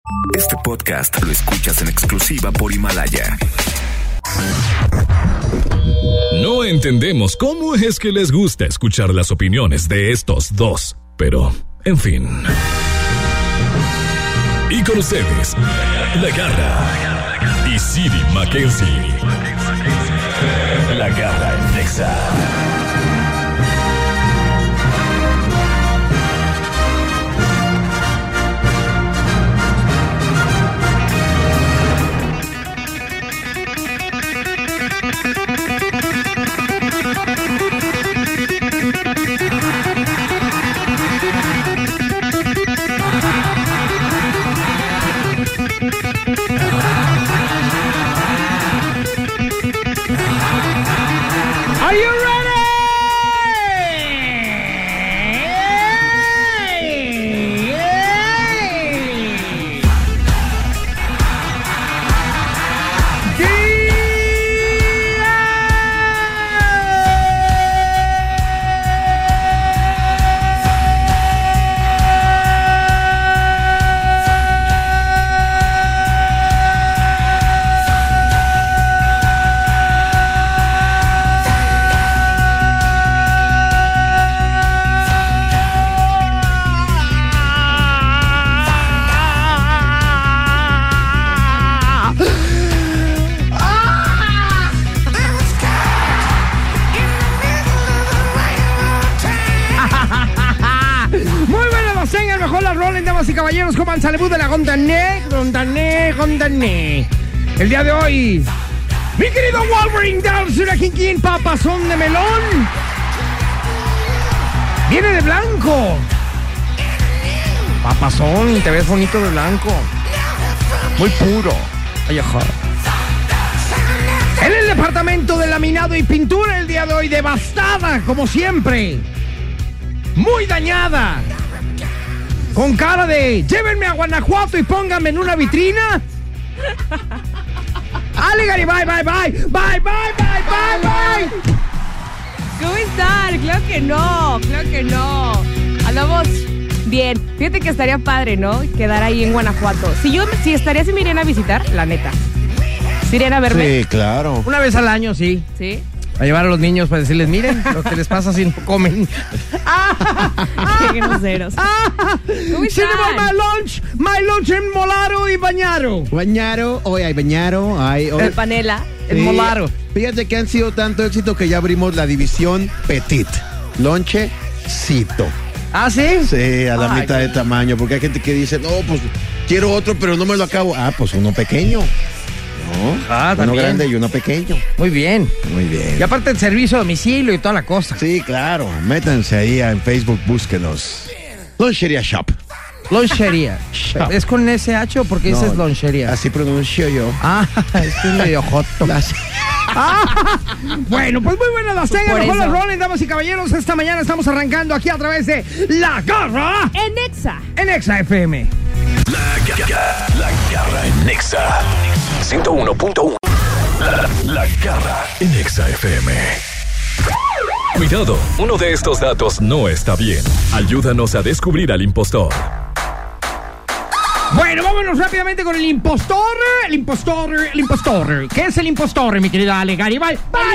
Este podcast lo escuchas en exclusiva por Himalaya. No entendemos cómo es que les gusta escuchar las opiniones de estos dos, pero, en fin. Y con ustedes, La Garra y Siri Mackenzie. La Garra en Nexa. Are you ready? Damas y caballeros, como al salud de la Gondané. El día de hoy, mi querido Wolverine Down, Surajiquín, papazón de melón. Viene de blanco. Papazón, te ves bonito de blanco. Muy puro. Ay, ajá. En el departamento de laminado y pintura, el día de hoy, devastada, como siempre. Muy dañada. Con cara de, llévenme a Guanajuato y pónganme en una vitrina. Alegari, bye. ¿Cómo están? Claro que no. Andamos bien. Fíjate que estaría padre, ¿no? Quedar ahí en Guanajuato. Si estaría, si me irían a visitar, la neta. ¿Si irían a verme? Sí, claro. Una vez al año, sí. ¿Sí? A llevar a los niños para decirles, miren lo que les pasa si no comen. Qué groseros. ¿Cómo están? My lunch en molaro y bañaro. Bañaro, hoy hay bañaro, hay... El panela. El molaro. Fíjate que han sido tanto éxito que ya abrimos la división petit. Lonchecito. ¿Ah, sí? Sí, a la mitad de tamaño, porque hay gente que dice, no, pues quiero otro, pero no me lo acabo. Ah, pues uno pequeño. ¿No? Uno también. grande y uno pequeño. Muy bien. Muy bien. Y aparte el servicio a domicilio y toda la cosa. Sí, claro. Métanse ahí en Facebook, búsquenos. Lonchería Shop. Lonchería. ¿Es con SH o porque dices lonchería? Así pronuncio yo. Ah, estoy medio joto. Bueno, pues muy buenas las tengan, mejor los roles, damas y caballeros. Esta mañana estamos arrancando aquí a través de La Garra en Nexa. En Nexa FM. La Garra en Nexa 101.1. La Garra en Nexa FM. Cuidado, uno de estos datos no está bien. Ayúdanos a descubrir al impostor. Bueno, vámonos rápidamente con el impostor. El impostor. ¿Qué es el impostor, mi querida Alegari? Bye.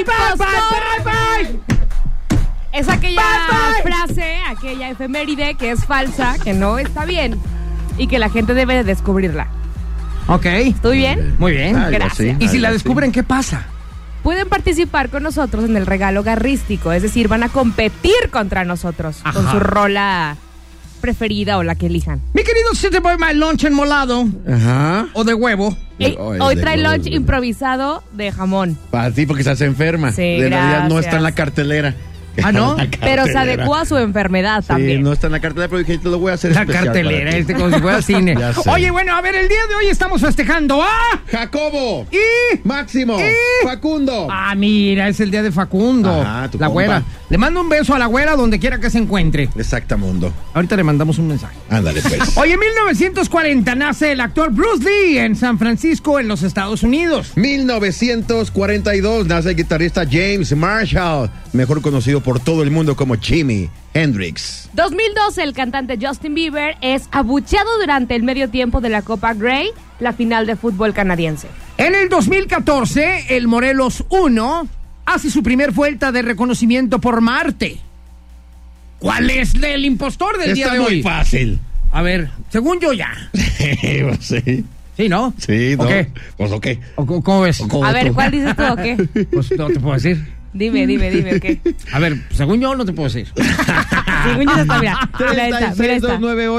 Es aquella frase, aquella efeméride que es falsa, que no está bien y que la gente debe descubrirla. Ok. ¿Estoy bien? Muy bien. Gracias. Y si la descubren, ¿qué pasa? Pueden participar con nosotros en el regalo garrístico, es decir, van a competir contra nosotros. Ajá. Con su rola preferida o la que elijan. Mi querido City Boy, my lunch enmolado. Ajá. O de huevo. Hoy trae lunch improvisado de jamón. Para ti, porque estás enferma. Sí, de realidad no está en la cartelera. Ah, ¿no? Pero se adecua a su enfermedad también. Sí, no está en la cartelera, pero dije, te lo voy a hacer la especial cartelera, como si fuera cine. Oye, bueno, a ver, el día de hoy estamos festejando a... Jacobo. Y... Máximo. Y... Facundo. Ah, mira, es el día de Facundo. Ajá, tu la compa. güera. Le mando un beso a la güera donde quiera que se encuentre. Exactamundo. Ahorita le mandamos un mensaje. Ándale, pues. Oye, en 1940 nace el actor Bruce Lee en San Francisco, en los Estados Unidos. 1942 nace el guitarrista James Marshall, mejor conocido por todo el mundo como Jimi Hendrix. 2012, el cantante Justin Bieber es abucheado durante el medio tiempo de la Copa Grey, la final de fútbol canadiense. En el 2014, el Morelos 1 hace su primer vuelta de reconocimiento por Marte. ¿Cuál es el impostor del día de hoy? Está muy fácil. A ver, según yo ya. Sí. ¿Sí, no? Sí, ¿no? ¿O qué? Pues, ¿o qué? ¿Cómo ves? A ver, ¿cuál dices tú o qué? Pues no te puedo decir. Dime, ¿o qué? A ver, según yo no te puedo decir. Según yo está, mira. Mira esta.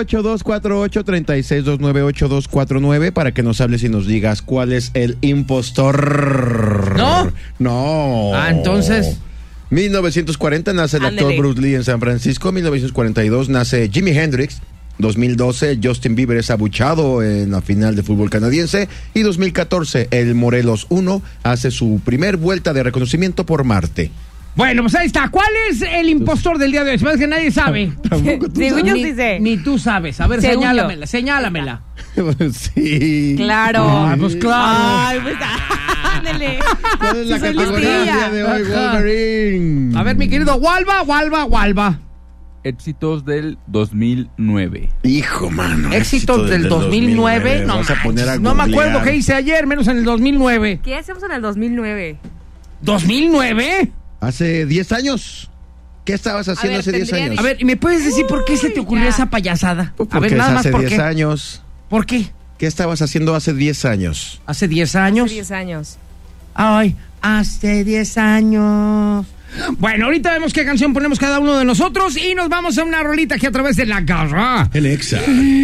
36-298-248, 36-298-249, para que nos hables y nos digas cuál es el impostor. ¿No? No. Ah, entonces... 1940 nace el actor Bruce Lee en San Francisco. 1942 nace Jimi Hendrix. 2012 Justin Bieber es abuchado en la final de fútbol canadiense. Y 2014 el Morelos 1 hace su primer vuelta de reconocimiento por Marte. Bueno, pues ahí está. ¿Cuál es el impostor del día de hoy? Es que nadie sabe. Según yo sí sé. Ni tú sabes. A ver, Según señálamela. Sí. Claro. Ah, pues claro. Ay, pues ándele. ¿Cuál es la categoría del día de hoy, Wolverine? A ver, mi querido Walva. Éxitos del 2009. Hijo, mano. Éxitos del 2009. No, Vas a poner a no me acuerdo googlear. qué hice ayer, menos en el 2009. ¿Qué hacemos en el 2009? ¿2009? Hace 10 años. ¿Qué estabas haciendo hace 10 años? A ver, ¿me puedes decir por qué se te ocurrió ya. esa payasada? Porque A ver, nada más hace por 10 qué. años. ¿Por qué? ¿Qué estabas haciendo hace 10 años? ¿Hace 10 años? 10 años. Ay, hace 10 años. Bueno, ahorita vemos qué canción ponemos cada uno de nosotros y nos vamos a una rolita aquí a través de La Garra. El Exa.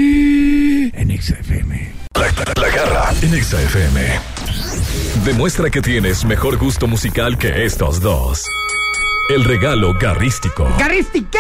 En Exa FM. La Garra en Exa FM. Demuestra que tienes mejor gusto musical que estos dos. El regalo garrístico. Garristique.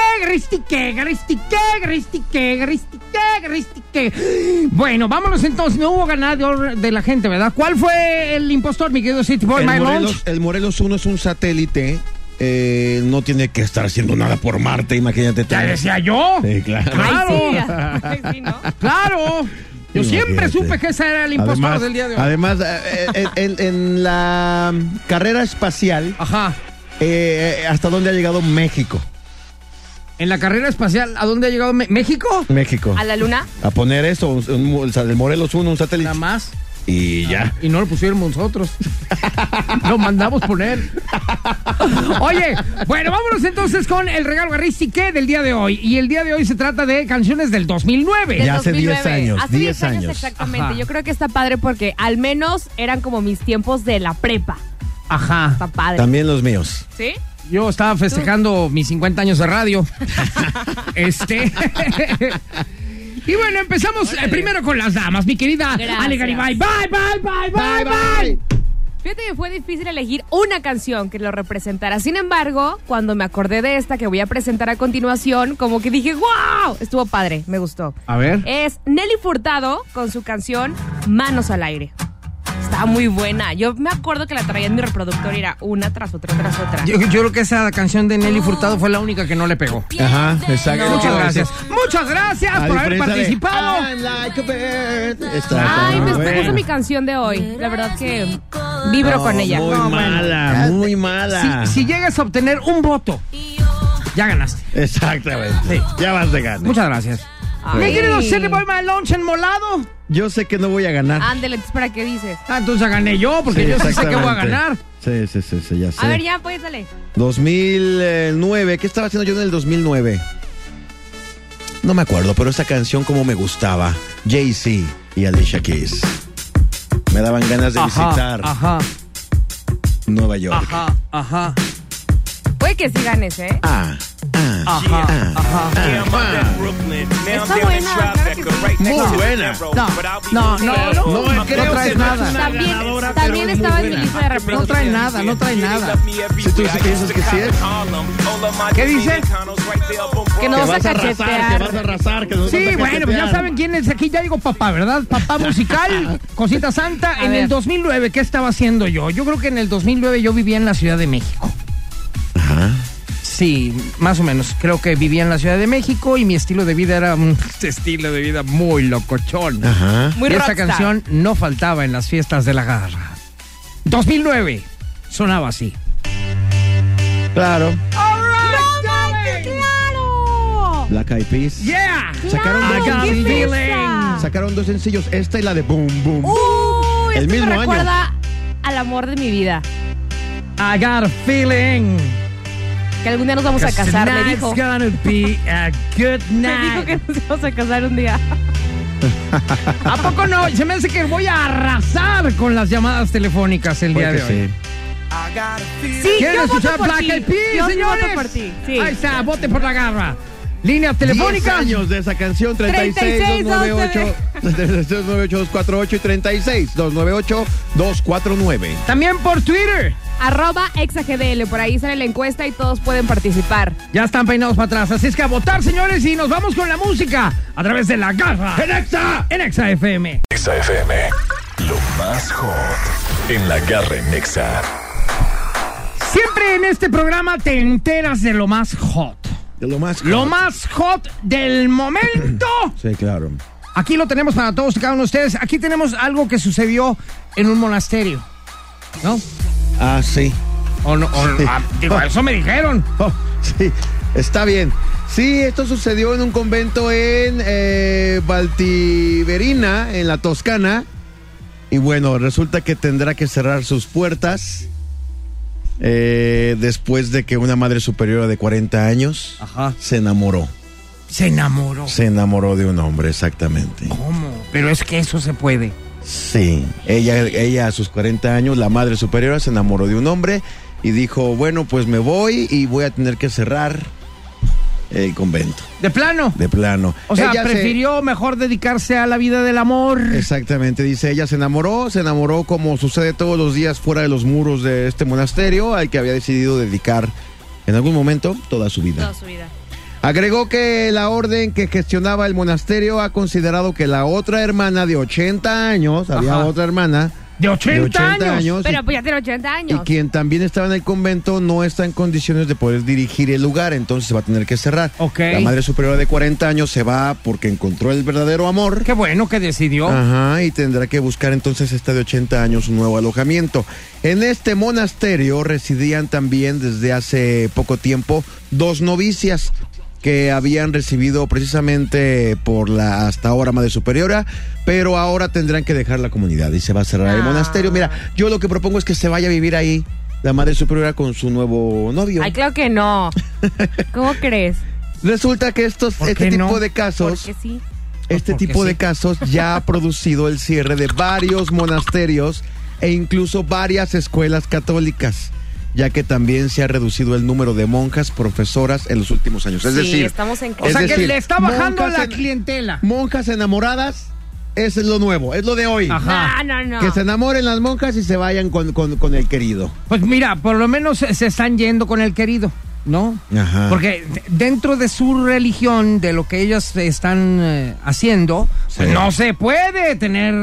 Bueno, vámonos entonces. No hubo ganador de la gente, ¿verdad? ¿Cuál fue el impostor, mi querido City Boy, My Lunch? El Morelos 1 es un satélite. No tiene que estar haciendo nada por Marte, imagínate. Ya decía yo. Sí, claro. Claro. Ay, sí, ¿no? Claro. Yo siempre supe que ese era el impostor del día de hoy. Además, en la carrera espacial, Ajá. ¿hasta dónde ha llegado México? En la carrera espacial, ¿a dónde ha llegado México? México. ¿A la luna? A poner eso, el Morelos 1, un satélite. Nada más. Y ya. Y no lo pusieron nosotros. Lo mandamos poner. Oye, bueno, vámonos entonces con el regalo garristique del día de hoy. Y el día de hoy se trata de canciones del 2009. Del Ya hace 10 2009. años. Hace 10 años años. exactamente. Ajá. Yo creo que está padre porque al menos eran como mis tiempos de la prepa. Ajá. Está padre. También los míos. ¿Sí? Yo estaba festejando mis 50 años de radio. Y bueno, empezamos primero con las damas, mi querida Gracias. Ale Garibay. Bye. Fíjate que fue difícil elegir una canción que lo representara. Sin embargo, cuando me acordé de esta que voy a presentar a continuación, como que dije, ¡wow! Estuvo padre, me gustó. A ver. Es Nelly Furtado con su canción Manos al Aire. Estaba muy buena. Yo me acuerdo que la traía en mi reproductor y era una tras otra. Yo creo que esa canción de Nelly Furtado fue la única que no le pegó. Ajá, exacto. No. Muchas gracias. Muchas gracias por haber participado. I'm like a bird. Ay, me Está gusta mi canción de hoy. La verdad que vibro con ella. Muy No, bueno. mala, muy mala. Si llegas a obtener un voto, ya ganaste. Exactamente. Sí. Ya vas de gana. Muchas gracias. Mi Ay. querido City Boy My Lunch enmolado. Yo sé que no voy a ganar. Ándele, entonces, ¿para qué dices? Ah, entonces ya gané yo, porque Sí, yo sí sé que voy a exactamente. ganar. Sí, ya sé. A ver, ya, pues, dale. 2009, ¿qué estaba haciendo yo en el 2009? No me acuerdo, pero esa canción como me gustaba. Jay-Z y Alicia Keys. Me daban ganas de visitar Ajá, Nueva York. ajá. Puede que sí ganes, ¿eh? Ajá. Está buena, claro que sí. Muy buena. No traes nada. También estaba en mi lista de reproducción. No trae nada. Si tú sí piensas que sí es. ¿Qué dice? Que no vas a cachetear. arrasar. Que nos Sí, vas a bueno, pues ya cachetear. saben quién es aquí. Ya digo papá, ¿verdad? Papá musical, cosita santa. A En ver. el 2009, ¿qué estaba haciendo yo? Yo creo que en el 2009 yo vivía en la Ciudad de México. Ajá. Sí, más o menos. Creo que vivía en la Ciudad de México y mi estilo de vida era un estilo de vida muy locochón. Ajá. Muy y esta rockstar. canción no faltaba en las fiestas de la garra. 2009, sonaba así. Claro. All right. Eyed Peas. Yeah. Sacaron I dos got a sencillos. feeling. Sacaron 2 sencillos, esta y la de Boom Boom. El mismo me año. recuerda al amor de mi vida. I got a feeling. Que algún día nos vamos a casar, me Tonight's dijo. gonna be a good Me night. dijo que nos íbamos a casar un día. ¿A poco no? Se me hace que voy a arrasar con las llamadas telefónicas el día Puede de que hoy. sí. Sí, ¿Quieren yo voto escuchar por Black ti. Eyed Peas, Yo sí señores? voto por ti. Sí. Ahí está, vote por la garra. Líneas 10 telefónicas. años de esa canción, 36, 298-248 y 36-298-249. También por Twitter. @exagdl, por ahí sale la encuesta y todos pueden participar. Ya están peinados para atrás, así es que a votar, señores, y nos vamos con la música a través de la garra. En Exa FM. Exa FM. Lo más hot en la garra en Exa. Siempre en este programa te enteras de lo más hot. De lo más Lo hot. más hot del momento. Sí, claro. Aquí lo tenemos para todos y cada uno de ustedes. Aquí tenemos algo que sucedió en un monasterio, ¿no? Ah, sí. O no, Sí. digo, eso me dijeron. Oh, sí, está bien. Sí, esto sucedió en un convento en Valtiverina, en la Toscana. Y bueno, resulta que tendrá que cerrar sus puertas después de que una madre superiora de 40 años Ajá. se enamoró. Se enamoró. Se enamoró de un hombre, exactamente. ¿Cómo? Pero es que eso se puede. Sí, ella a sus 40 años, la madre superiora, se enamoró de un hombre y dijo, bueno, pues me voy y voy a tener que cerrar el convento, ¿De plano? de plano. O sea, Ella prefirió mejor dedicarse a la vida del amor. Exactamente, dice, ella se enamoró como sucede todos los días fuera de los muros de este monasterio, al que había decidido dedicar en algún momento toda su vida. Toda su vida. Agregó que la orden que gestionaba el monasterio ha considerado que la otra hermana de 80 años, había Ajá. otra hermana De 80 años. Pero pues ya tiene 80 y años. quien también estaba en el convento no está en condiciones de poder dirigir el lugar, entonces se va a tener que cerrar. Ok. La madre superiora de 40 años se va porque encontró el verdadero amor. Qué bueno que decidió. Ajá, y tendrá que buscar entonces esta de 80 años un nuevo alojamiento. En este monasterio residían también desde hace poco tiempo 2 novicias que habían recibido precisamente por la hasta ahora madre superiora, pero ahora tendrán que dejar la comunidad y se va a cerrar el monasterio. Mira, yo lo que propongo es que se vaya a vivir ahí la madre superiora con su nuevo novio. Ay, claro que no. ¿Cómo crees? Resulta que este qué tipo no? de casos, Porque sí. este Porque tipo sí. de casos ya ha producido el cierre de varios monasterios e incluso varias escuelas católicas, ya que también se ha reducido el número de monjas profesoras en los últimos años. Es Sí, decir, estamos en O sea es que decir, le está bajando monjas la en- clientela. monjas enamoradas es lo nuevo, es lo de hoy. Ajá. No. Que se enamoren las monjas y se vayan con el querido. Pues mira, por lo menos se están yendo con el querido, ¿no? Ajá. Porque dentro de su religión, de lo que ellos están haciendo, pues Sí. no se puede tener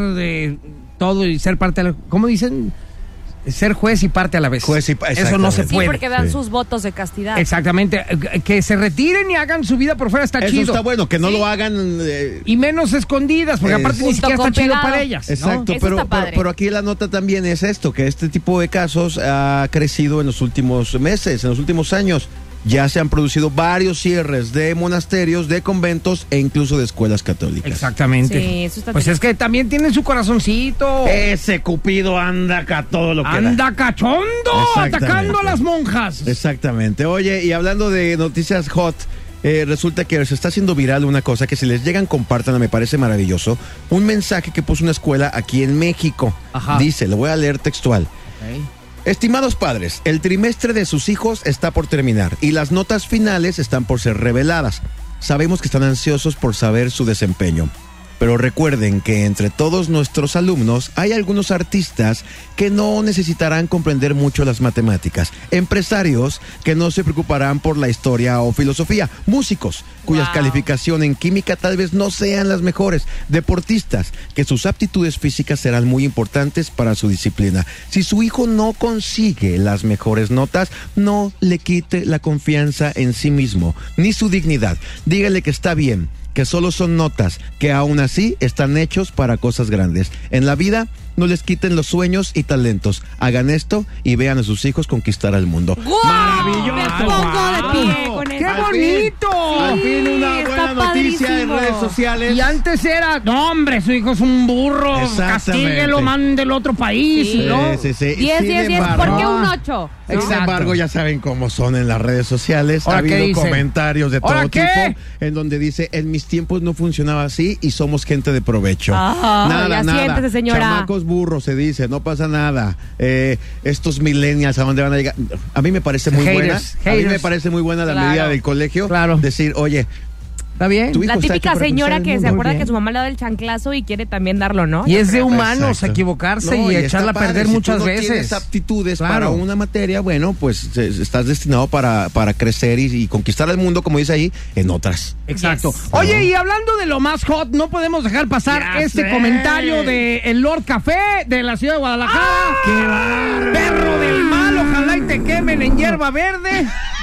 todo y ser parte de la... ¿Cómo dicen? Ser juez y parte a la vez. Juez y Eso no se exactamente. Sí, puede. porque dan Sí. sus votos de castidad. Exactamente. Que se retiren y hagan su vida por fuera está Eso chido. está bueno, que no Sí. lo hagan... Y menos escondidas, porque aparte ni Junto siquiera está con chido pegado. para ellas, ¿no? Exacto, Eso pero, está padre. pero aquí la nota también es esto, que este tipo de casos ha crecido en los últimos meses, en los últimos años. Ya se han producido varios cierres de monasterios, de conventos e incluso de escuelas católicas. Exactamente. Sí, eso está Pues triste. es que también tienen su corazoncito. Ese Cupido anda acá todo lo que Anda cachondo, Exactamente. atacando a las monjas. Exactamente. Oye, y hablando de noticias hot, resulta que se está haciendo viral una cosa que si les llegan, compártanla, me parece maravilloso. Un mensaje que puso una escuela aquí en México. Ajá. Dice, lo voy a leer textual. Ok. Estimados padres, el trimestre de sus hijos está por terminar y las notas finales están por ser reveladas. Sabemos que están ansiosos por saber su desempeño. Pero recuerden que entre todos nuestros alumnos hay algunos artistas que no necesitarán comprender mucho las matemáticas, empresarios que no se preocuparán por la historia o filosofía, músicos cuyas Wow. calificaciones en química tal vez no sean las mejores, deportistas que sus aptitudes físicas serán muy importantes para su disciplina. Si su hijo no consigue las mejores notas, no le quite la confianza en sí mismo, ni su dignidad. Dígale que está bien, que solo son notas, que aún así están hechos para cosas grandes. En la vida, no les quiten los sueños y talentos. Hagan esto y vean a sus hijos conquistar al mundo. ¡Guau! ¡Maravilloso! Me pongo de pie con ¡Qué eso. bonito! Al fin una está buena noticia en padrísimo. redes sociales. Y antes era, no hombre, su hijo es un burro, Exactamente. castíguelo, mándelo a otro país, Sí. ¿no? Sí. 10, 10, 10. ¿Por qué un 8? Sin Exacto. embargo, ya saben cómo son en las redes sociales. Ha ¿Ahora qué habido dice? comentarios de todo ¿Ahora qué? tipo en donde dice, en mis tiempos no funcionaba así y somos gente de provecho. Ya siéntese, señora. Chamacos burros, se dice, no pasa nada. Estos millennials, ¿a dónde van a llegar? A mí me parece muy buena. A mí Haters. me parece muy buena la Claro. medida del colegio. Claro. Decir, oye, ¿Está bien? tu hijo La está típica hecho para señora conquistar que el se mundo. acuerda Muy que bien. su mamá le da el chanclazo y quiere también darlo, ¿no? Y es de Yo creo. humanos Exacto. equivocarse No, y está echarla a padre. perder Si muchas tú no veces. tienes aptitudes Claro. para una materia, bueno, pues estás destinado para crecer y conquistar el mundo, como dice ahí, en otras. Exacto. Yes. Oye, y hablando de lo más hot, no podemos dejar pasar Ya este sé. comentario de el Lord Café de la ciudad de Guadalajara. ¡Qué bárbaro! Perro del mal, ojalá y te quemen en hierba verde.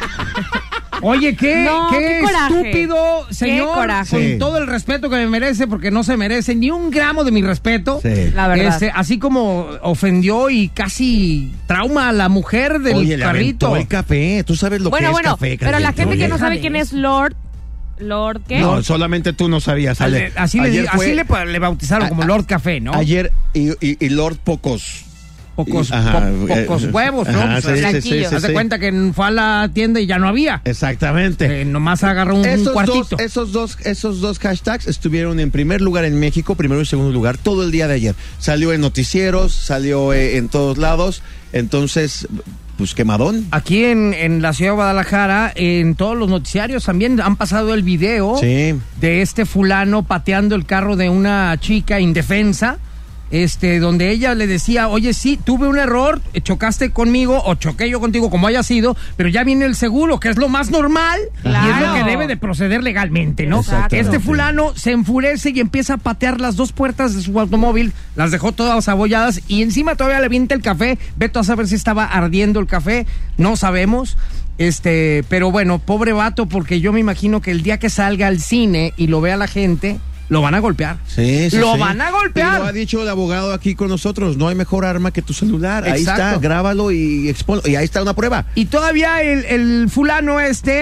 Oye, qué coraje. estúpido, señor, coraje. con Sí. todo el respeto que me merece, porque no se merece ni un gramo de mi respeto. Sí. La verdad. Así como ofendió y casi trauma a la mujer del Oye, le carrito. aventó el café. Tú sabes lo que es café pero la caliente, gente que oye. no sabe Deja quién de es Lord, ¿qué? No, solamente tú no sabías. Ale. Así Ayer fue- le bautizaron como Lord Café, ¿no? Ayer y Lord Pocos. Pocos Ajá, huevos, ¿no? ajá, Pues, sí, blanquillos. haz de cuenta que fue a la tienda y ya no había. Exactamente. Nomás agarró un cuartito. Esos dos hashtags estuvieron en primer lugar en México, primero y segundo lugar, todo el día de ayer. Salió en noticieros, salió en todos lados. Entonces, pues quemadón. Aquí en la ciudad de Guadalajara, en todos los noticiarios también han pasado el video Sí. de este fulano pateando el carro de una chica indefensa. Donde ella le decía, oye, sí, tuve un error, chocaste conmigo o choqué yo contigo, como haya sido, pero ya viene el seguro, que es lo más normal y es lo Claro. que debe de proceder legalmente, ¿no? Exacto. Este fulano se enfurece y empieza a patear las dos puertas de su automóvil, las dejó todas abolladas y encima todavía le avienta el café. Vete a saber si estaba ardiendo el café, no sabemos. Pero bueno, pobre vato, porque yo me imagino que el día que salga al cine y lo vea la gente, lo van a golpear. Sí, sí, Lo sí. van a golpear. Y lo ha dicho el abogado aquí con nosotros. No hay mejor arma que tu celular. Ahí Exacto. está, grábalo y exponlo. Y ahí está una prueba. Y todavía el fulano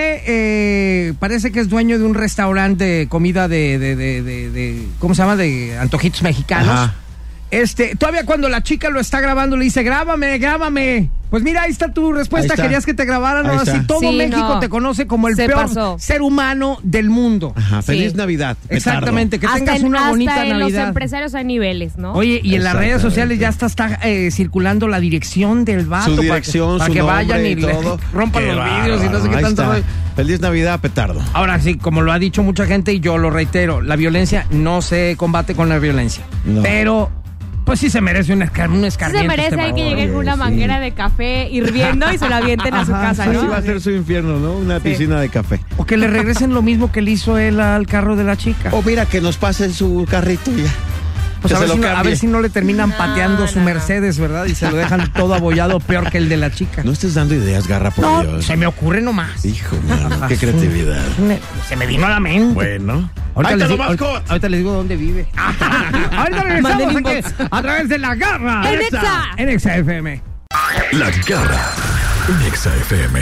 parece que es dueño de un restaurante de comida de ¿cómo se llama? De antojitos mexicanos. Ajá. Todavía cuando la chica lo está grabando le dice, grábame. Pues mira, ahí está tu respuesta. Ahí está. Querías que te grabaran, Ahí ¿no? Así está. todo Sí, México no. te conoce como el Se peor pasó. ser humano del mundo. Ajá. Sí. Feliz Navidad. petardo. Exactamente, que hasta tengas en, una hasta bonita en los Navidad. empresarios hay niveles, ¿no? Oye, y en las redes Exactamente. sociales ya está circulando la dirección del vato. Su dirección, para su que nombre vayan y le todo. rompan Qué los vidrios y no sé qué bárbaro. Ahí tanto. está. rollo. Feliz Navidad, petardo. Ahora sí, como lo ha dicho mucha gente y yo lo reitero, la violencia no se combate con la violencia. No. Pero, pues sí se merece un Sí escarmiento. se merece ahí que lleguen con una sí. manguera de café hirviendo y se lo avienten a su Ajá, casa, Así ¿no? va a ser su infierno, ¿no? Una piscina de café. O que le regresen lo mismo que le hizo él al carro de la chica. O mira, que nos pase su carrito y ya. Pues que a se ver, lo si no, a cambie. ver si no le terminan No, pateando su no. Mercedes, ¿verdad? Y se lo dejan todo abollado peor que el de la chica. No estés dando ideas, Garra, por No, Dios. se me ocurre nomás. Hijo, mano, Ajá, qué sí. creatividad. Se me vino a la mente. Bueno. Ahorita Ahí les, está digo, lo más ahorita, hot. ahorita les digo dónde vive. Ahorita regresamos Manden aquí inbox. a través de La Garra. En Exa. En Exa FM. La Garra en Exa FM.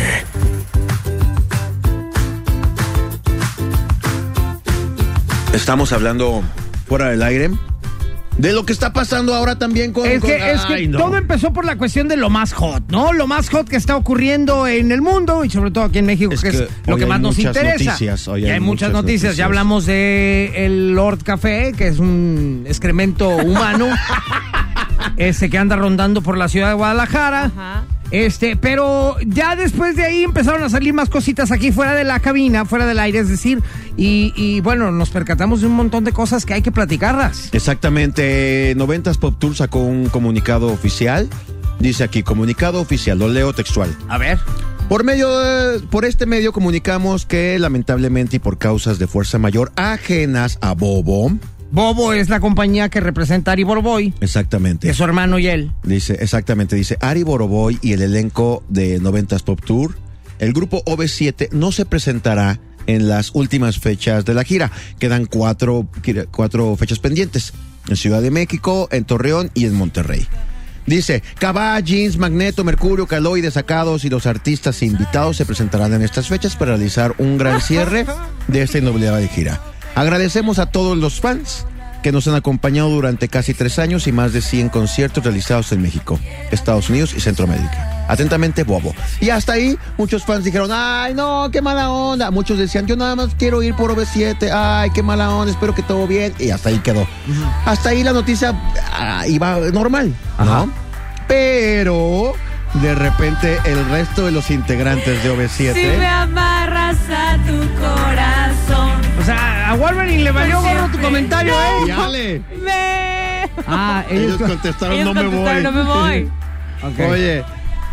Estamos hablando fuera del aire de lo que está pasando ahora también con... Es que Ay, no. todo empezó por la cuestión de lo más hot, ¿no? Lo más hot que está ocurriendo en el mundo y sobre todo aquí en México, Es que es que lo hoy que hay más nos muchas interesa. noticias, hoy Y hay muchas noticias. Ya hablamos de el Lord Café, que es un excremento humano que anda rondando por la ciudad de Guadalajara. Ajá. Pero ya después de ahí empezaron a salir más cositas aquí fuera de la cabina, fuera del aire, es decir, y bueno, nos percatamos de un montón de cosas que hay que platicarlas. Exactamente, 90s Pop Tour sacó un comunicado oficial. Dice aquí, comunicado oficial, lo leo textual. A ver. Por este medio comunicamos que lamentablemente y por causas de fuerza mayor ajenas a Bobo. Bobo es la compañía que representa a Ari Boroboy, Exactamente. que es su hermano y él. Dice, exactamente, dice Ari Boroboy y el elenco de 90s Pop Tour. El grupo OV7 no se presentará en las últimas fechas de la gira. Quedan cuatro fechas pendientes. En Ciudad de México, en Torreón y en Monterrey. Dice, Cabá, Jeans, Magneto, Mercurio, Caloi, Desacados y los artistas invitados se presentarán en estas fechas para realizar un gran cierre de esta inolvidable gira. Agradecemos a todos los fans que nos han acompañado durante casi 3 años y más de 100 conciertos realizados en México, Estados Unidos y Centroamérica. Atentamente, Bobo. Y hasta ahí, muchos fans dijeron, ay, no, qué mala onda. Muchos decían, yo nada más quiero ir por OV7, ay, qué mala onda, espero que todo bien. Y hasta ahí quedó. Hasta ahí la noticia iba normal, ¿no? Ajá. Pero, de repente, el resto de los integrantes de OV7... Si me amarras a tu corazón. O sea, a Wolverine le valió gorro tu comentario, ¿eh? ¡Y Ale! Ellos contestaron, ellos no me voy. no me voy. Okay. Oye,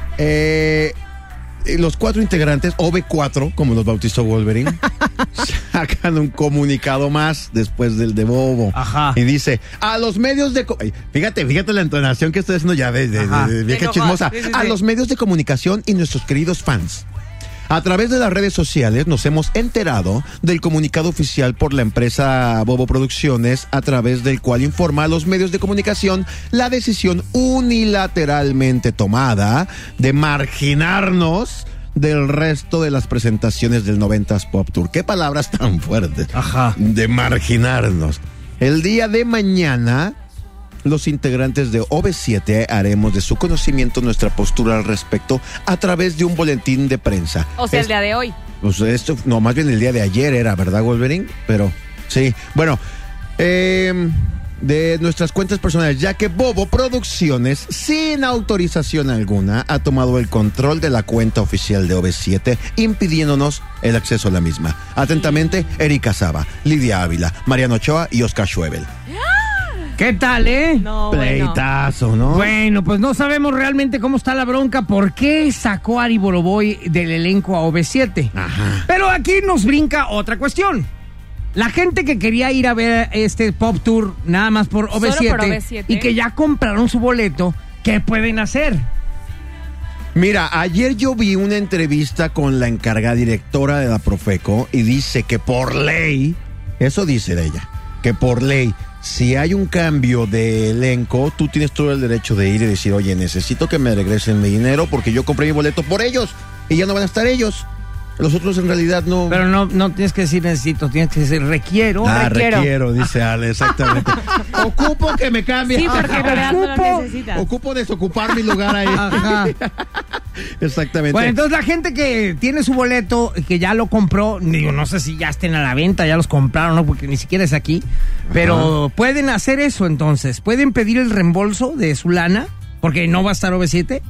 los 4 integrantes, OV4, como los bautizó Wolverine, sacan un comunicado más después del de Bobo. Ajá. Y dice, a los medios de... Fíjate la entonación que estoy haciendo ya de vieja De chismosa. sí. A los medios de comunicación y nuestros queridos fans. A través de las redes sociales nos hemos enterado del comunicado oficial por la empresa Bobo Producciones, a través del cual informa a los medios de comunicación la decisión unilateralmente tomada de marginarnos del resto de las presentaciones del 90s Pop Tour. ¿Qué palabras tan fuertes? Ajá. De marginarnos. El día de mañana, los integrantes de OV7 haremos de su conocimiento nuestra postura al respecto a través de un boletín de prensa. O sea, el día de hoy. Pues esto, no, más bien el día de ayer era, ¿verdad, Wolverine? Pero, sí. Bueno, de nuestras cuentas personales, ya que Bobo Producciones, sin autorización alguna, ha tomado el control de la cuenta oficial de OV7, impidiéndonos el acceso a la misma. Atentamente, Erika Saba, Lidia Ávila, Mariano Ochoa y Oscar Schwebel. ¿Qué tal, No, Pleitazo, ¿no? Bueno, pues no sabemos realmente cómo está la bronca, por qué sacó a Ari Boroboy del elenco a OV7. Ajá. Pero aquí nos brinca otra cuestión. La gente que quería ir a ver este Pop Tour nada más por Solo OV7, por OV7. y que ya compraron su boleto, ¿qué pueden hacer? Mira, ayer yo vi una entrevista con la encargada directora de la Profeco y dice que por ley, eso dice de ella, que por ley, si hay un cambio de elenco, tú tienes todo el derecho de ir y decir, oye, necesito que me regresen mi dinero porque yo compré mi boleto por ellos y ya no van a estar ellos. Los otros en realidad no... Pero no tienes que decir necesito, tienes que decir requiero. Requiero, dice Ale, exactamente. Ocupo que me cambie. Sí, porque en realidad no lo necesitas. Ocupo desocupar mi lugar ahí. Ajá. Exactamente. Bueno, entonces la gente que tiene su boleto, que ya lo compró, digo, no sé si ya estén a la venta, ya los compraron, ¿no? Porque ni siquiera es aquí. Pero pueden hacer eso entonces. Pueden pedir el reembolso de su lana, porque no va a estar OV7.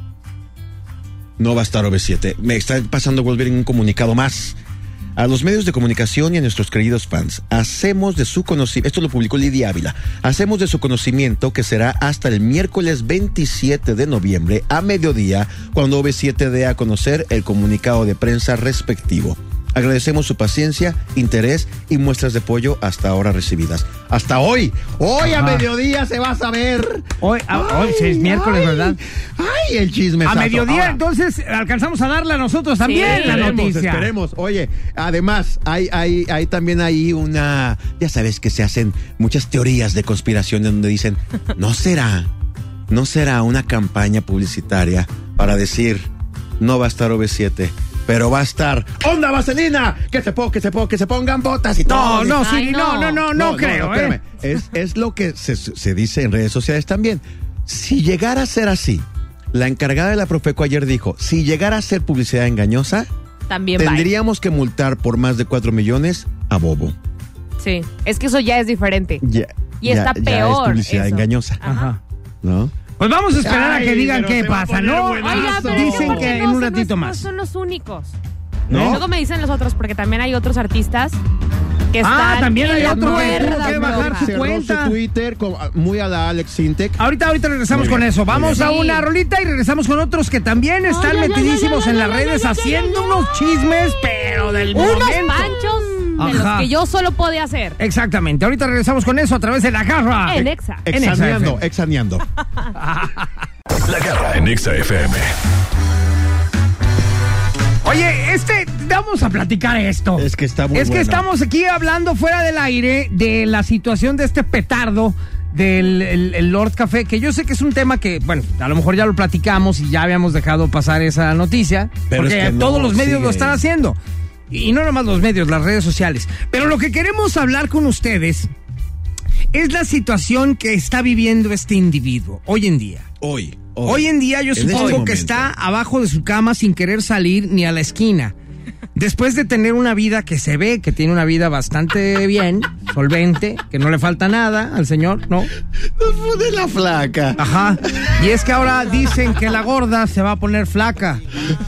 No va a estar OV7. Me está pasando Wolverine un comunicado más. A los medios de comunicación y a nuestros queridos fans, hacemos de su conocimiento, esto lo publicó Lidia Ávila, hacemos de su conocimiento que será hasta el miércoles 27 de noviembre a mediodía, cuando OV7 dé a conocer el comunicado de prensa respectivo. Agradecemos su paciencia, interés y muestras de apoyo hasta ahora recibidas. Hasta hoy. Hoy a mediodía se va a saber. Hoy es miércoles, ¿verdad? Ay, el chisme. A mediodía, entonces, alcanzamos a darla nosotros también, la noticia. Esperemos. Oye, además, hay también ahí una... Ya sabes que se hacen muchas teorías de conspiración donde dicen, no será una campaña publicitaria para decir, no va a estar OV7, pero va a estar Onda Vaselina, que se pongan botas y todo. No creo, espérame. Es lo que se dice en redes sociales también. Si llegara a ser así, la encargada de la Profeco ayer dijo, si llegara a ser publicidad engañosa, también tendríamos que multar por más de 4 millones a Bobo. Sí, es que eso ya es diferente. Y está peor. Ya es publicidad eso. engañosa. Ajá. ¿No? Pues vamos a esperar a que digan qué pasa, ¿no? Oiga, pero Dicen que en un ratito más. No son los únicos. ¿No? Luego me dicen los otros, porque también hay otros artistas que están también hay en la otro que cuerda tuvo que bajar floja. su Cerró cuenta. su Twitter muy a la Alex Sintek. Ahorita regresamos Muy con bien, eso. Vamos muy a bien. una rolita y regresamos con otros que también están metidísimos en las redes haciendo unos chismes, pero del Unos momento. panchos de los Ajá. que yo solo podía hacer. Exactamente. Ahorita regresamos con eso a través de La Garra. En Exa. Exaneando. La Garra en Exa FM. Oye, vamos a platicar esto. Es que está muy Es que bueno. estamos aquí hablando fuera del aire de la situación de este petardo del Lord Café, que yo sé que es un tema que, bueno, a lo mejor ya lo platicamos y ya habíamos dejado pasar esa noticia, pero porque es que todos no, los medios sigue. lo están haciendo. Y no nomás los medios, las redes sociales. Pero lo que queremos hablar con ustedes es la situación que está viviendo este individuo hoy en día. Hoy en día yo supongo que está abajo de su cama sin querer salir ni a la esquina. Después de tener una vida que se ve que tiene una vida bastante bien, solvente, que no le falta nada al señor, ¿no? Nos pone la flaca. Ajá. Y es que ahora dicen que la gorda se va a poner flaca.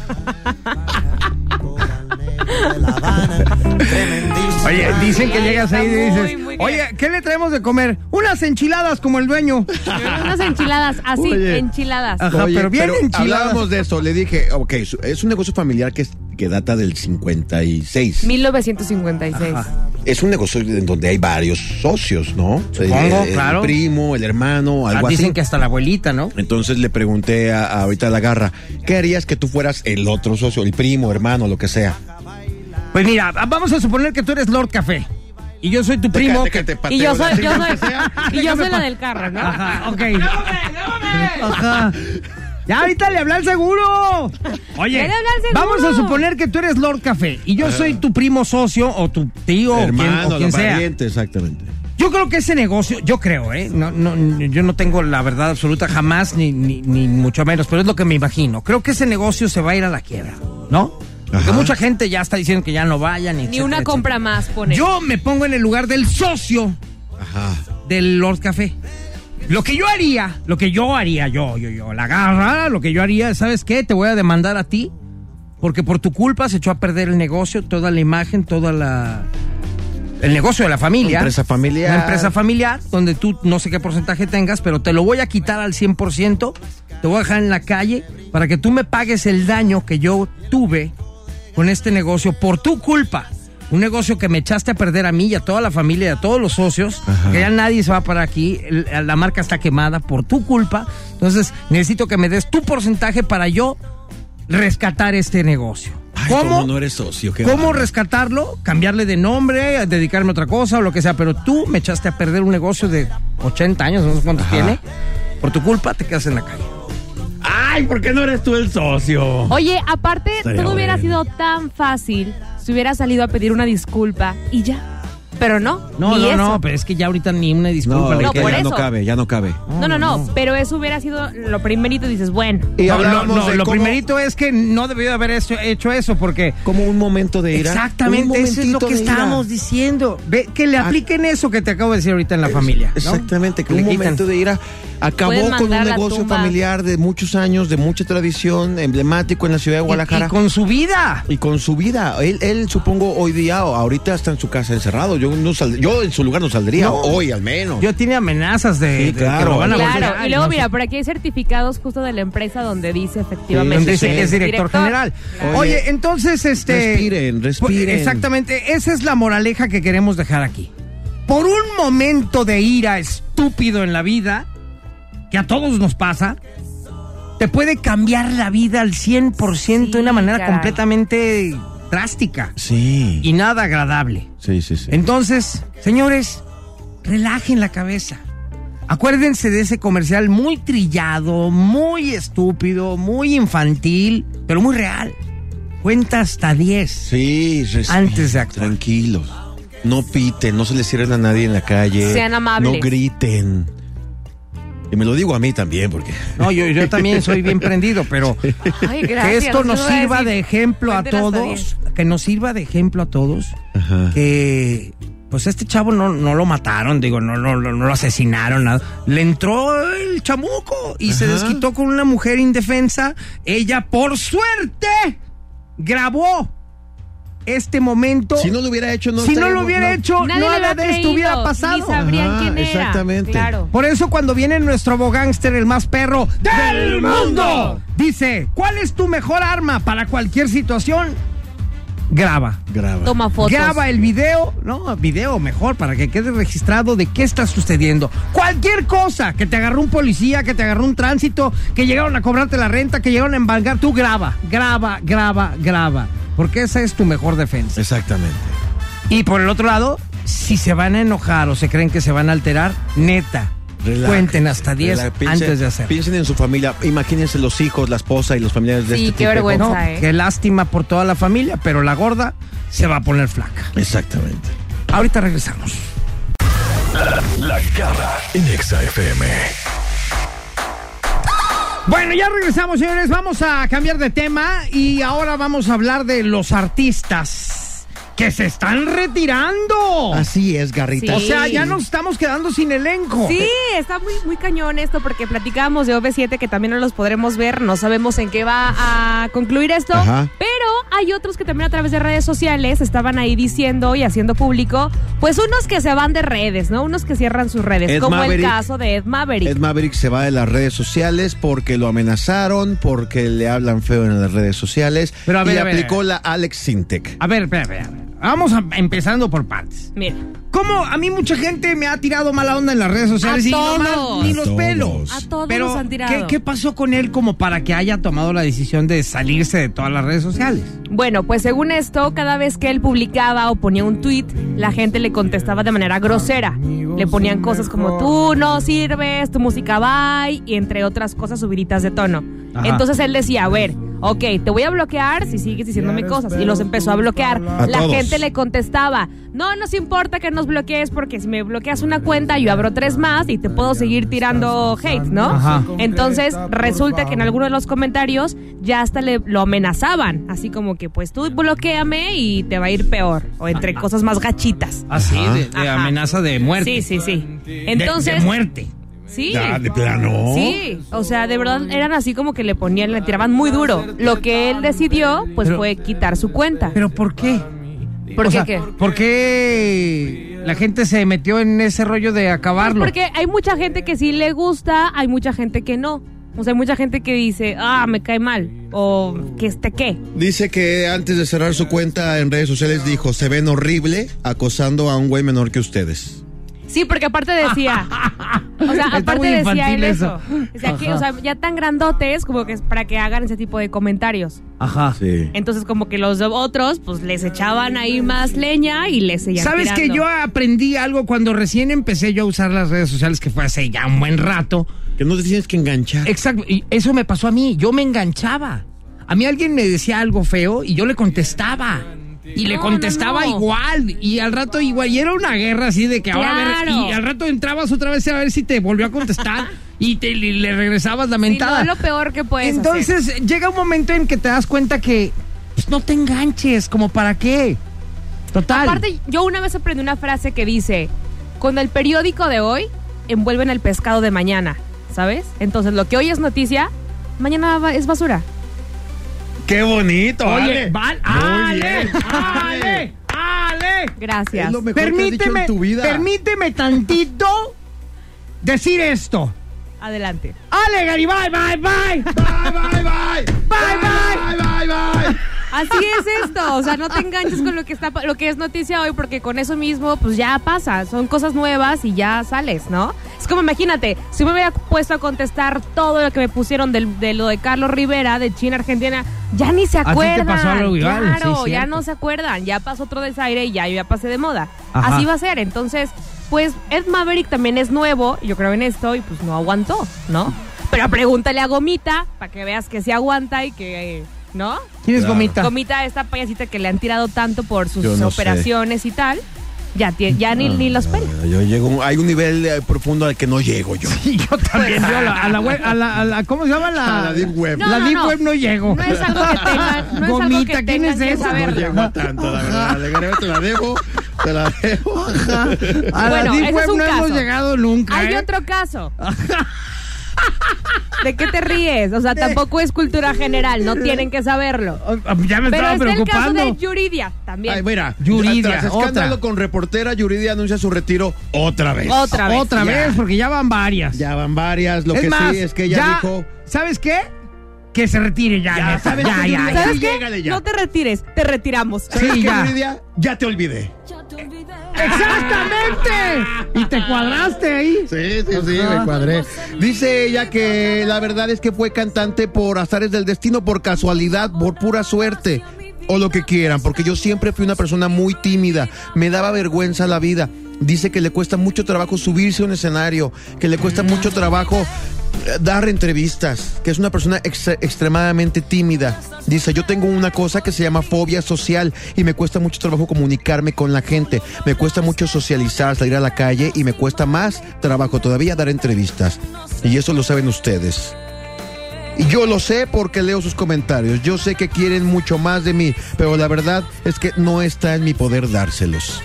Oye, dicen que llegas ahí y dices, oye, ¿qué le traemos de comer? Unas enchiladas como el dueño. Unas enchiladas, así, Oye. enchiladas. Ajá, Oye, pero bien enchiladas. hablábamos de eso, le dije, ok, es un negocio familiar que data del 56. 1956. Ajá. Es un negocio en donde hay varios socios, ¿no? Supongo, claro. El primo, el hermano, algo así. Dicen que hasta la abuelita, ¿no? Entonces le pregunté ahorita a la garra, ¿qué harías que tú fueras el otro socio, el primo, hermano, lo que sea? Pues mira, vamos a suponer que tú eres Lord Café y yo soy tu primo. Y yo soy la del carro, ¿no? Ajá, ok. Ajá. Ya ahorita le habla al seguro. Oye, Ya le habla al seguro. vamos a suponer que tú eres Lord Café y yo soy tu primo socio o tu tío Hermano, o quien sea. pariente, exactamente. Yo creo que ese negocio, yo creo, yo no tengo la verdad absoluta jamás, ni mucho menos, pero es lo que me imagino. Creo que ese negocio se va a ir a la quiebra, ¿no? Porque Ajá. mucha gente ya está diciendo que ya no vayan. Ni una compra más, pone. Yo me pongo en el lugar del socio Ajá. del Lord Café. Lo que yo haría, la garra, lo que yo haría, ¿sabes qué? Te voy a demandar a ti, porque por tu culpa se echó a perder el negocio, toda la imagen, el negocio de la familia. Empresa familiar. Una empresa familiar, donde tú no sé qué porcentaje tengas, pero te lo voy a quitar al 100%, te voy a dejar en la calle para que tú me pagues el daño que yo tuve con este negocio por tu culpa. Un negocio que me echaste a perder a mí y a toda la familia y a todos los socios. Ajá. Que ya nadie se va para aquí. La marca está quemada por tu culpa. Entonces necesito que me des tu porcentaje para yo rescatar este negocio. Ay, ¿cómo no eres socio? ¿Cómo rescatarlo? Cambiarle de nombre, dedicarme a otra cosa o lo que sea. Pero tú me echaste a perder un negocio de 80 años, no sé cuántos tiene. Por tu culpa te quedas en la calle. Ay, ¿por qué no eres tú el socio? Oye, aparte, todo hubiera sido tan fácil si hubiera salido a pedir una disculpa y ya. Pero no. No, pero es que ya ahorita ni una disculpa le queda. por ya eso. no cabe. No, pero eso hubiera sido lo primerito, dices, bueno. Y lo primerito es que no debió de haber hecho eso porque... Como un momento de ira. Exactamente, eso es lo que estábamos diciendo. Ve, que le apliquen eso que te acabo de decir ahorita en la familia, ¿no? Exactamente, que un momento de ira acabó con un negocio familiar de muchos años, de mucha tradición, emblemático en la ciudad de Guadalajara. Y con su vida. Él supongo hoy día, ahorita está en su casa encerrado. Yo en su lugar no saldría, hoy al menos. Yo tiene amenazas de que lo van a Claro, y luego mira, por aquí hay certificados justo de la empresa donde dice efectivamente donde dice que es director general. Claro. Oye, entonces respiren. Exactamente, esa es la moraleja que queremos dejar aquí. Por un momento de ira estúpido en la vida, que a todos nos pasa, te puede cambiar la vida al 100% de una manera completamente drástica. Sí. Y nada agradable. Sí. Entonces, señores, relajen la cabeza. Acuérdense de ese comercial muy trillado, muy estúpido, muy infantil, pero muy real. Cuenta hasta 10. Sí, antes de actuar. Tranquilos. No piten, no se les cierren a nadie en la calle. Sean amables. No griten. Y me lo digo a mí también, porque... No, yo también soy bien prendido, pero ay, gracias, que esto nos sirva de ejemplo a todos, Ajá. que pues este chavo no lo mataron, no lo asesinaron, nada. Le entró el chamuco y se desquitó con una mujer indefensa. Ella, por suerte, grabó este momento. Si no lo hubiera hecho, nada de esto hubiera pasado. Ni sabrían quién era. Exactamente. Claro. Por eso cuando viene nuestro abogánster, el más perro del mundo, dice, ¿cuál es tu mejor arma para cualquier situación? Graba. Toma fotos. Graba el video, video mejor, para que quede registrado de qué está sucediendo. Cualquier cosa, que te agarró un policía, que te agarró un tránsito, que llegaron a cobrarte la renta, que llegaron a embargar, tú graba. Porque esa es tu mejor defensa. Exactamente. Y por el otro lado, si se van a enojar o se creen que se van a alterar, neta, Cuenten hasta 10 antes de hacer. Piensen en su familia. Imagínense los hijos, la esposa y los familiares de este tipo. Sí, qué vergüenza, No, qué lástima por toda la familia, pero la gorda se va a poner flaca. Exactamente. Ahorita regresamos. La Garra en Exa FM. Bueno, ya regresamos, señores. Vamos a cambiar de tema y ahora vamos a hablar de los artistas que se están retirando. Así es, Garrita. Sí. O sea, ya nos estamos quedando sin elenco. Sí, está muy, muy cañón esto porque platicábamos de OV7 que también no los podremos ver, no sabemos en qué va a concluir esto, Ajá. pero hay otros que también a través de redes sociales estaban ahí diciendo y haciendo público, pues unos que se van de redes, ¿no? Unos que cierran sus redes, Ed como Maverick. el caso de Ed Maverick. Ed Maverick se va de las redes sociales porque lo amenazaron, porque le hablan feo en las redes sociales. Pero a ver, y a ver, aplicó la Alex Sintek. A ver, espera. Vamos empezando por partes. Mira, ¿Cómo? A mí mucha gente me ha tirado mala onda en las redes sociales A y todos. nomás ni los A pelos. todos. a todos Pero, nos han tirado. ¿qué pasó con él como para que haya tomado la decisión de salirse de todas las redes sociales? Bueno, pues según esto, cada vez que él publicaba o ponía un tweet, la gente le contestaba de manera grosera. Le ponían cosas como tú no sirves, tu música bye, y entre otras cosas subiditas de tono. Ajá. Entonces él decía, a ver, ok, te voy a bloquear si sigues diciéndome cosas. Y los empezó a bloquear. A La todos. gente le contestaba, no nos importa que nos bloquees porque si me bloqueas una cuenta yo abro 3 más y te puedo seguir tirando hate, ¿no? Ajá. Entonces resulta que en alguno de los comentarios ya hasta lo amenazaban, así como que pues tú bloquéame y te va a ir peor, o entre cosas más gachitas. Así, Ajá. de Ajá. amenaza de muerte. Sí. De- Entonces, de muerte. sí. Ya, de plano. Sí, o sea, de verdad eran así como que le tiraban muy duro. Lo que él decidió, pues Pero- fue quitar su cuenta. ¿Pero por qué? ¿Por O qué sea, qué? ¿por qué la gente se metió en ese rollo de acabarlo? Porque hay mucha gente que sí le gusta, hay mucha gente que no. O sea, hay mucha gente que dice, me cae mal, o que qué. Dice que antes de cerrar su cuenta en redes sociales dijo, se ven horrible acosando a un güey menor que ustedes. Sí, porque aparte decía, o sea, Está aparte muy decía infantil él eso. eso. O sea, que, Ajá. o sea, ya tan grandotes como que es para que hagan ese tipo de comentarios. Ajá. Sí. Entonces como que los otros pues les echaban ahí más leña y les seguían ¿Sabes que tirando. yo aprendí algo cuando recién empecé yo a usar las redes sociales, que fue hace ya un buen rato? Que no te tienes que enganchar. Exacto, y eso me pasó a mí, yo me enganchaba. A mí alguien me decía algo feo y yo le contestaba. Y le No, contestaba no. igual, y al rato igual, y era una guerra así de que ahora a ver, Claro. y al rato entrabas otra vez a ver si te volvió a contestar y le regresabas la Sí, mentada. no, es lo peor que puedes Entonces hacer. llega un momento en que te das cuenta que pues, no te enganches, como para qué. Total. Aparte, yo una vez aprendí una frase que dice, con el periódico de hoy envuelven el pescado de mañana, ¿sabes? Entonces lo que hoy es noticia, mañana es basura. ¡Qué bonito! Oye, Ale! Ale. Gracias. Es lo mejor que has dicho en tu vida. Permíteme tantito decir esto. Adelante. Ale Garibay, bye, bye. ¡Bye, bye, bye! Bye, ¡Bye, bye, bye! Así es esto, o sea, no te enganches con lo que es noticia hoy, porque con eso mismo, pues ya pasa, son cosas nuevas y ya sales, ¿no? Es como, imagínate, si me hubiera puesto a contestar todo lo que me pusieron de lo de Carlos Rivera, de China, Argentina, ya ni se ti te acuerdan. pasó algo igual, claro, sí, ya cierto. no se acuerdan, ya pasó otro desaire y ya pasé de moda. Ajá. Así va a ser, entonces, pues Ed Maverick también es nuevo, yo creo en esto, y pues no aguantó, ¿no? Pero pregúntale a Gomita, para que veas que sí aguanta y que, ¿no? ¿Quién es Claro. Gomita? Gomita, esta payasita que le han tirado tanto por sus Yo no operaciones y tal, ya ni los pela. Yo llego, hay un nivel profundo al que no llego yo. Y yo también, yo a la web, a la ¿cómo se llama? A la Deep Web. No, la no, Deep no. Web no llego. No es algo que tengan, no es algo Gomita, que ¿quién tengan es que esa? No saber. llego a tanto, la verdad. Alegaré, te la dejo. Te la dejo. A Bueno, la Deep ese es Web un no hemos caso. llegado nunca. Hay ¿eh? otro caso. ¿De qué te ríes? O sea, tampoco es cultura general, no tienen que saberlo. Ya me Pero estaba está el caso preocupando. de Yuridia también. Ay, mira, Yuridia, tras escándalo otra. con reportera, Yuridia anuncia su retiro otra vez. Otra vez. Otra Ya. vez, porque ya van varias. Ya van varias. Lo es que más, sí es que ella ya, dijo. ¿sabes qué? Que se retire ya. Ya, neta, ¿sabes ya, qué, ya, Yuridia? ya. ¿Sabes Sí, qué? llégale ya. No te retires, te retiramos. ¿Sabes Sí, qué, ya. Yuridia? Ya te olvidé. ¡Exactamente! Y te cuadraste ahí. Sí, Ajá. me cuadré. Dice ella que la verdad es que fue cantante por azares del destino, por casualidad, por pura suerte, o lo que quieran, porque yo siempre fui una persona muy tímida, me daba vergüenza la vida. Dice que le cuesta mucho trabajo subirse a un escenario, que le cuesta mucho trabajo dar entrevistas, que es una persona extremadamente tímida. Dice, yo tengo una cosa que se llama fobia social y me cuesta mucho trabajo comunicarme con la gente, me cuesta mucho socializar, salir a la calle y me cuesta más trabajo todavía dar entrevistas. Y eso lo saben ustedes. Y yo lo sé porque leo sus comentarios. Yo sé que quieren mucho más de mí, pero la verdad es que no está en mi poder dárselos.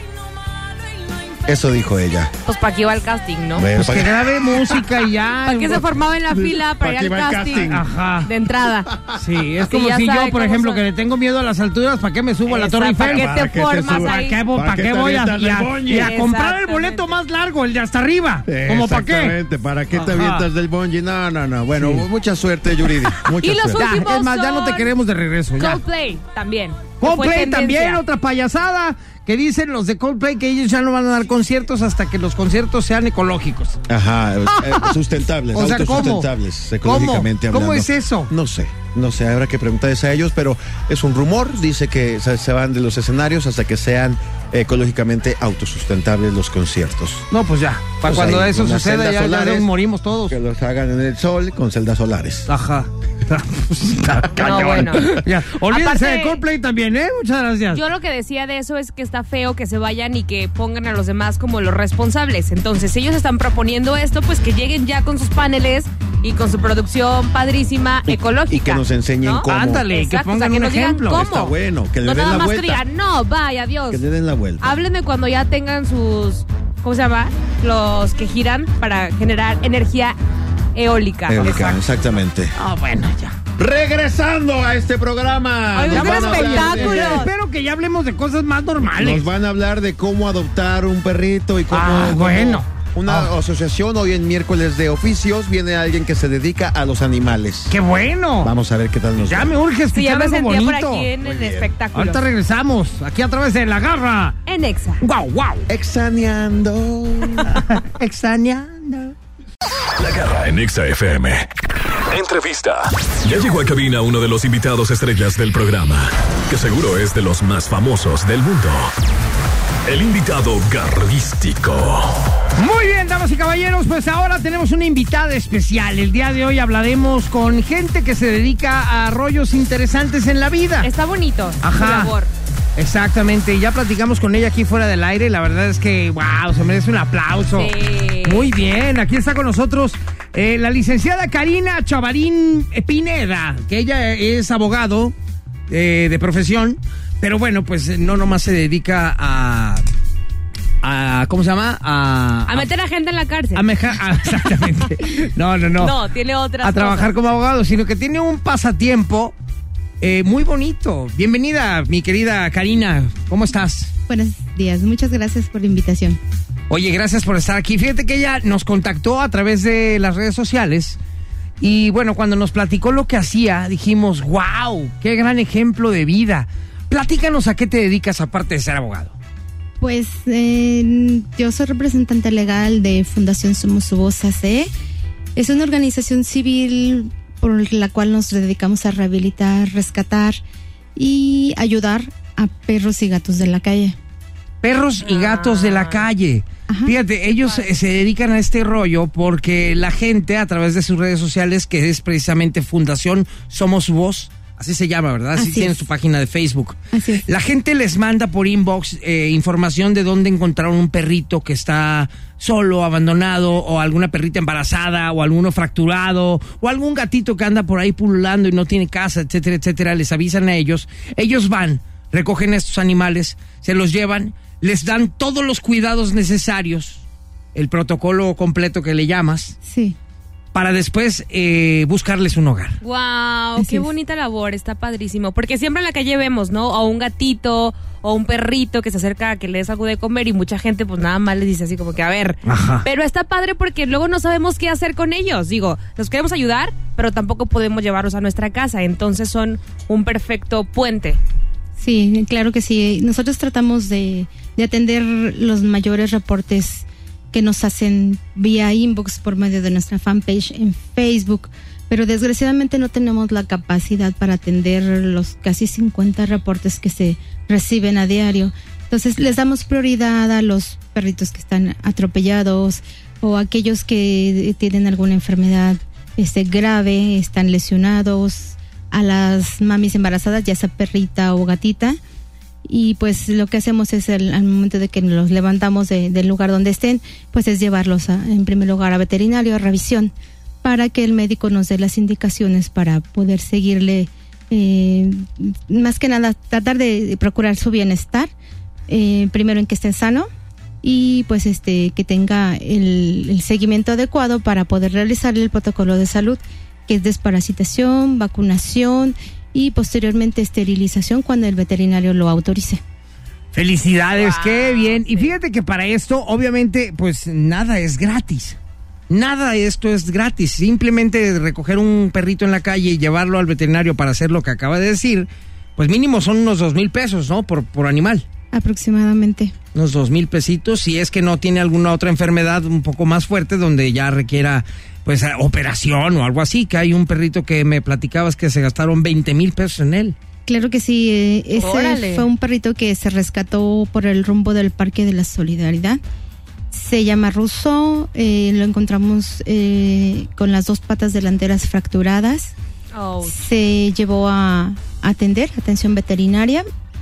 Eso dijo ella. Pues para qué iba el casting, ¿no? Bueno, Pues que grabe música y ya. ¿Para qué se formaba en la fila para ir al casting? Ajá. De entrada. Sí, es Sí, como ya si sabe yo, por cómo ejemplo, son. que le tengo miedo a las alturas, ¿para qué me subo a la Torre ¿Para Eiffel? qué te formas ahí? ¿Para qué voy a comprar el boleto Exactamente. más largo, el de hasta arriba? ¿Cómo para qué? Exactamente, ¿para qué te Ajá. avientas del bungee? No. Bueno, mucha suerte, Yuridia. Mucha Y los suerte. últimos Es más, ya no te son queremos de regreso. Ya. Coldplay también. que fue Coldplay tendencia. también, otra payasada que dicen los de Coldplay que ellos ya no van a dar conciertos hasta que los conciertos sean ecológicos. Ajá, sustentables, O sea, ¿cómo? autosustentables, ecológicamente hablando. ¿Cómo es eso? No sé, habrá que preguntarles a ellos, pero es un rumor, dice que se van de los escenarios hasta que sean ecológicamente autosustentables los conciertos. No, pues ya, para Pues cuando ahí, eso con las suceda celdas ya solares, nos morimos todos. Que los hagan en el sol con celdas solares. Ajá. No, bueno. Ya, olvídense Aparte- de Coldplay también, ¿eh? Muchas gracias. Yo lo que decía de eso es que está feo que se vayan y que pongan a los demás como los responsables. Entonces, si ellos están proponiendo esto, pues que lleguen ya con sus paneles y con su producción padrísima, ecológica. Y que nos enseñen ¿no? cómo. Ándale, Exacto, que pongan o sea, un nos digan ejemplo. cómo. Está bueno, que le No den nada la más vuelta. que digan, no, vaya, Dios. Que le den la vuelta. Háblenme cuando ya tengan sus, ¿cómo se llama? Los que giran para generar energía eólica. Exacto. Exactamente. Ah, bueno, ya. Regresando a este programa. Oiga, nos un van a hablar de- espectáculo. Espero que ya hablemos de cosas más normales. Nos van a hablar de cómo adoptar un perrito y cómo. Bueno. Una asociación, hoy en miércoles de oficios, viene alguien que se dedica a los animales. ¡Qué bueno! Vamos a ver qué tal nos Ya va. me urge Sí, ya escuchar me algo sentía por bonito. aquí en el espectáculo. Ahorita regresamos, aquí a través de La Garra. En Exa. ¡Guau, guau! Extrañando. Extrañando. La Garra en Exa FM. Entrevista. Ya llegó a cabina uno de los invitados estrellas del programa, que seguro es de los más famosos del mundo. El invitado garrístico. Muy bien, damas y caballeros, pues ahora tenemos una invitada especial. El día de hoy hablaremos con gente que se dedica a rollos interesantes en la vida. Está bonito. Ajá. Su labor. Exactamente, y ya platicamos con ella aquí fuera del aire. La verdad es que, wow, se merece un aplauso. Sí. Muy bien, aquí está con nosotros la licenciada Karina Chavarín Pineda, que ella es abogado de profesión, pero bueno, pues no nomás se dedica a ¿cómo se llama? A meter a gente en la cárcel. Exactamente. No. No, tiene otras A trabajar cosas. como abogado, sino que tiene un pasatiempo muy bonito. Bienvenida, mi querida Karina. ¿Cómo estás? Buenos días, muchas gracias por la invitación. Oye, gracias por estar aquí. Fíjate que ella nos contactó a través de las redes sociales y bueno, cuando nos platicó lo que hacía, dijimos, wow, qué gran ejemplo de vida. Platícanos a qué te dedicas aparte de ser abogado. Pues yo soy representante legal de Fundación Somos Su Voz AC. Es una organización civil por la cual nos dedicamos a rehabilitar, rescatar y ayudar a perros y gatos de la calle. Perros y gatos de la calle. Ajá. Fíjate, ellos se dedican a este rollo porque la gente a través de sus redes sociales, que es precisamente Fundación Somos Su Voz, así se llama, ¿verdad? Así Así tiene es. su página de Facebook. Así es. La gente les manda por inbox información de dónde encontraron un perrito que está solo, abandonado, o alguna perrita embarazada, o alguno fracturado, o algún gatito que anda por ahí pululando y no tiene casa, etcétera, etcétera. Les avisan a ellos. Ellos van, recogen a estos animales, se los llevan, les dan todos los cuidados necesarios, el protocolo completo que le llamas, Sí. para después buscarles un hogar. Wow, Así qué es. bonita labor, está padrísimo. Porque siempre en la calle vemos, ¿no? O un gatito o un perrito que se acerca a que le des algo de comer y mucha gente pues nada más les dice así como que a ver. Ajá. Pero está padre porque luego no sabemos qué hacer con ellos. Digo, los queremos ayudar, pero tampoco podemos llevarlos a nuestra casa. Entonces son un perfecto puente. Sí, claro que sí. Nosotros tratamos de atender los mayores reportes que nos hacen vía inbox por medio de nuestra fanpage en Facebook, pero desgraciadamente no tenemos la capacidad para atender los casi 50 reportes que se reciben a diario. Entonces les damos prioridad a los perritos que están atropellados o aquellos que tienen alguna enfermedad grave, están lesionados, a las mamis embarazadas, ya sea perrita o gatita. Y pues lo que hacemos es al momento de que los levantamos del lugar donde estén, pues es llevarlos en primer lugar a veterinario, a revisión, para que el médico nos dé las indicaciones para poder seguirle, más que nada tratar de procurar su bienestar, primero en que esté sano y pues que tenga el seguimiento adecuado para poder realizar el protocolo de salud, que es desparasitación, vacunación y posteriormente esterilización cuando el veterinario lo autorice. Felicidades, qué bien. Y fíjate que para esto, obviamente, pues nada es gratis. Nada de esto es gratis. Simplemente recoger un perrito en la calle y llevarlo al veterinario para hacer lo que acaba de decir, pues mínimo son unos 2,000 pesos, ¿no? Por animal. Aproximadamente. Unos 2,000 pesitos, si es que no tiene alguna otra enfermedad un poco más fuerte donde ya requiera pues operación o algo así, que hay un perrito que me platicabas que se gastaron 20,000 pesos en él. Claro que sí, ese fue un perrito que se rescató por el rumbo del Parque de la Solidaridad. Se llama Ruso, lo encontramos con las 2 patas delanteras fracturadas. Se llevó a atención veterinaria.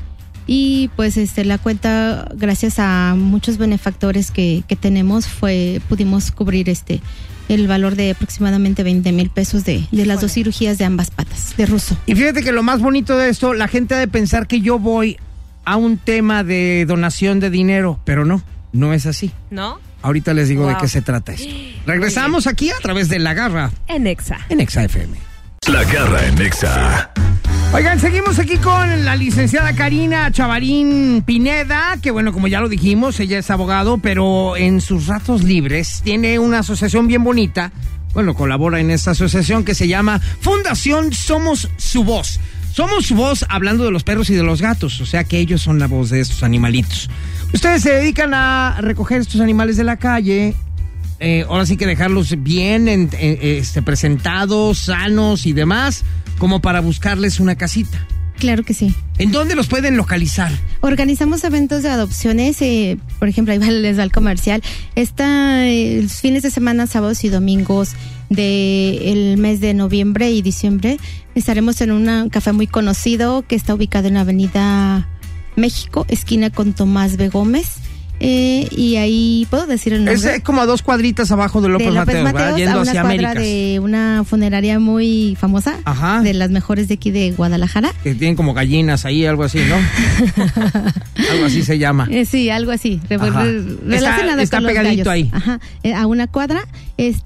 Y pues la cuenta, gracias a muchos benefactores que tenemos, pudimos cubrir el valor de aproximadamente 20,000 pesos de las 2 cirugías de ambas patas, de Ruso. Y fíjate que lo más bonito de esto, la gente ha de pensar que yo voy a un tema de donación de dinero, pero no es así. ¿No? Ahorita les digo de qué se trata esto. Regresamos aquí a través de La Garra. En Exa. En Exa FM. La Garra en Exa. Oigan, seguimos aquí con la licenciada Karina Chavarín Pineda, que bueno, como ya lo dijimos, ella es abogado, pero en sus ratos libres tiene una asociación bien bonita. Bueno, colabora en esta asociación que se llama Fundación Somos Su Voz. Somos su voz hablando de los perros y de los gatos, o sea que ellos son la voz de estos animalitos. Ustedes se dedican a recoger estos animales de la calle, ahora sí que dejarlos bien presentados, sanos y demás, como para buscarles una casita. Claro que sí. ¿En dónde los pueden localizar? Organizamos eventos de adopciones, por ejemplo, ahí les da el comercial. Los fines de semana, sábados y domingos del mes de noviembre y diciembre, estaremos en un café muy conocido que está ubicado en la Avenida México, esquina con Tomás B. Gómez. Y ahí, ¿puedo decir el nombre? Es como a 2 cuadritas abajo de López Mateos, ¿verdad? Yendo hacia Américas. De una funeraria muy famosa, ajá, de las mejores de aquí de Guadalajara. Que tienen como gallinas ahí, algo así, ¿no? Algo así se llama. Sí, algo así. Relacionado está con pegadito los gallos. ahí. Ajá. A una cuadra es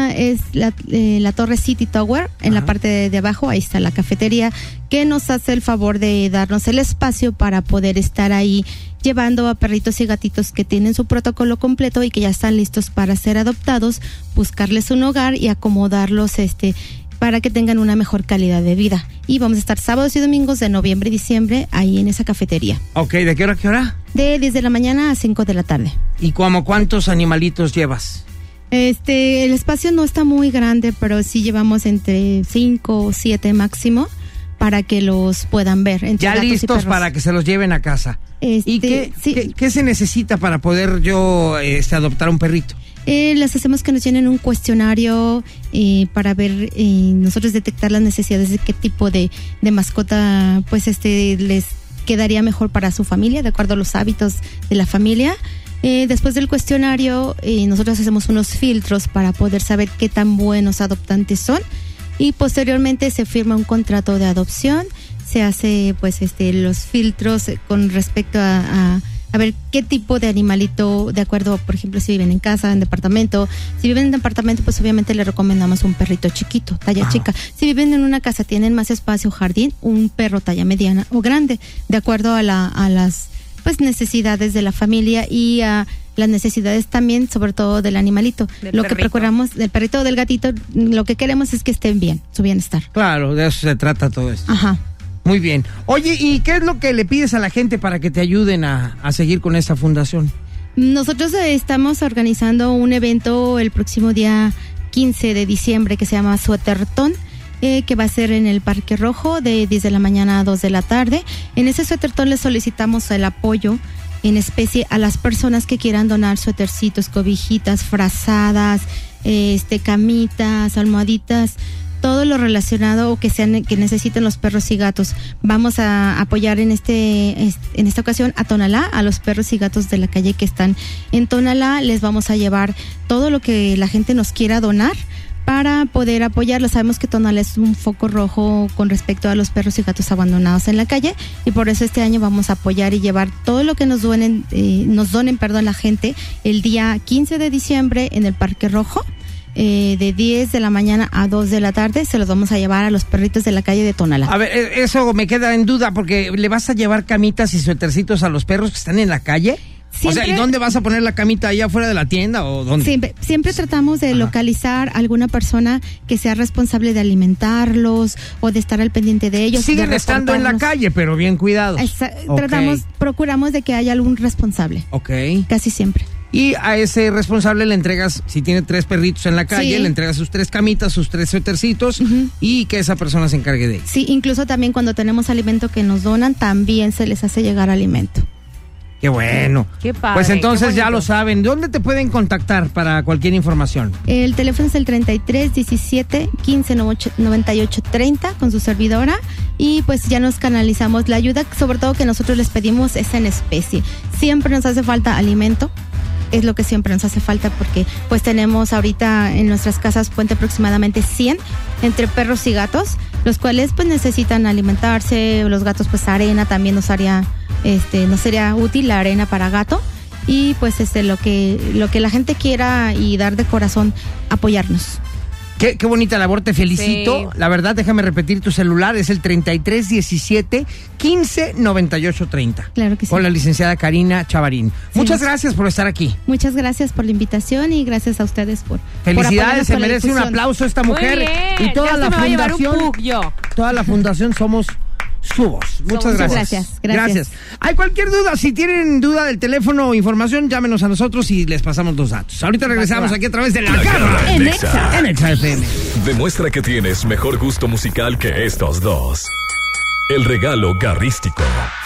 la Torre City Tower. En la parte de abajo, ahí está la cafetería, que nos hace el favor de darnos el espacio para poder estar ahí llevando a perritos y gatitos que tienen su protocolo completo y que ya están listos para ser adoptados, buscarles un hogar y acomodarlos para que tengan una mejor calidad de vida. Y vamos a estar sábados y domingos de noviembre y diciembre ahí en esa cafetería. Ok, ¿de qué hora a qué hora? De 10 de la mañana a 5 de la tarde. ¿Y cuántos animalitos llevas? El espacio no está muy grande, pero sí llevamos entre 5 o 7 máximo para que los puedan ver. Ya listos para que se los lleven a casa. ¿Y qué se necesita para poder yo adoptar un perrito? Les hacemos que nos llenen un cuestionario para ver, nosotros detectar las necesidades de qué tipo de mascota pues les quedaría mejor para su familia, de acuerdo a los hábitos de la familia. Después del cuestionario, nosotros hacemos unos filtros para poder saber qué tan buenos adoptantes son, y posteriormente se firma un contrato de adopción. Se hace pues los filtros con respecto a ver qué tipo de animalito, de acuerdo, por ejemplo, si viven en casa, en departamento. Si viven en departamento, pues obviamente le recomendamos un perrito chiquito, talla chica. Si viven en una casa, tienen más espacio, jardín, un perro talla mediana o grande, de acuerdo a las pues necesidades de la familia y a las necesidades también, sobre todo del animalito. Lo que procuramos, del perrito o del gatito, lo que queremos es que estén bien, su bienestar. Claro, de eso se trata todo esto. Ajá. Muy bien. Oye, ¿y qué es lo que le pides a la gente para que te ayuden a seguir con esta fundación? Nosotros estamos organizando un evento el próximo día 15 de diciembre que se llama Suétertón, que va a ser en el Parque Rojo de 10 de la mañana a 2 de la tarde. En ese Suétertón les solicitamos el apoyo en especie a las personas que quieran donar suétercitos, cobijitas, frazadas, camitas, almohaditas, todo lo relacionado o que necesiten los perros y gatos. Vamos a apoyar en esta ocasión a Tonalá, a los perros y gatos de la calle que están en Tonalá. Les vamos a llevar todo lo que la gente nos quiera donar para poder apoyarlos. Sabemos que Tonalá es un foco rojo con respecto a los perros y gatos abandonados en la calle, y por eso este año vamos a apoyar y llevar todo lo que nos donen la gente el día 15 de diciembre en el Parque Rojo. De 10 de la mañana a 2 de la tarde se los vamos a llevar a los perritos de la calle de Tonalá. A ver, eso me queda en duda, porque ¿le vas a llevar camitas y suétercitos a los perros que están en la calle? Siempre, o sea, ¿y dónde vas a poner la camita? ¿Allá afuera de la tienda o dónde? Siempre tratamos de localizar alguna persona que sea responsable de alimentarlos o de estar al pendiente de ellos. Siguen estando en la calle, pero bien cuidados. Procuramos de que haya algún responsable. Ok. Casi siempre. Y a ese responsable le entregas, si tiene 3 perritos en la calle, le entregas sus 3 camitas, sus 3 suétercitos, y que esa persona se encargue de ellos. Sí, incluso también cuando tenemos alimento que nos donan, también se les hace llegar alimento. Qué bueno. Qué padre. Pues entonces ya lo saben. ¿Dónde te pueden contactar para cualquier información? El teléfono es el 33 17 15 98 30 con su servidora, y pues ya nos canalizamos. La ayuda, sobre todo que nosotros les pedimos, es en especie. Siempre nos hace falta alimento. Es lo que siempre nos hace falta, porque pues tenemos ahorita en nuestras casas Puente aproximadamente 100 entre perros y gatos, los cuales pues necesitan alimentarse. Los gatos pues arena también nos sería útil, la arena para gato, y pues lo que la gente quiera y dar de corazón, apoyarnos. Qué bonita labor, te felicito. Sí. La verdad, déjame repetir tu celular, es el 33 17 15 98 30. Claro que sí. Con la licenciada Karina Chavarín. Sí. Muchas gracias por estar aquí. Muchas gracias por la invitación y gracias a ustedes por felicidades, se merece un aplauso esta mujer. Muy bien. Y toda la fundación. Toda la fundación somos Subos. Muchas gracias. Hay cualquier duda, si tienen duda del teléfono o información, llámenos a nosotros y les pasamos los datos. Ahorita regresamos aquí a través de La Garra en Exa FM. Demuestra que tienes mejor gusto musical que estos dos. El regalo garrístico.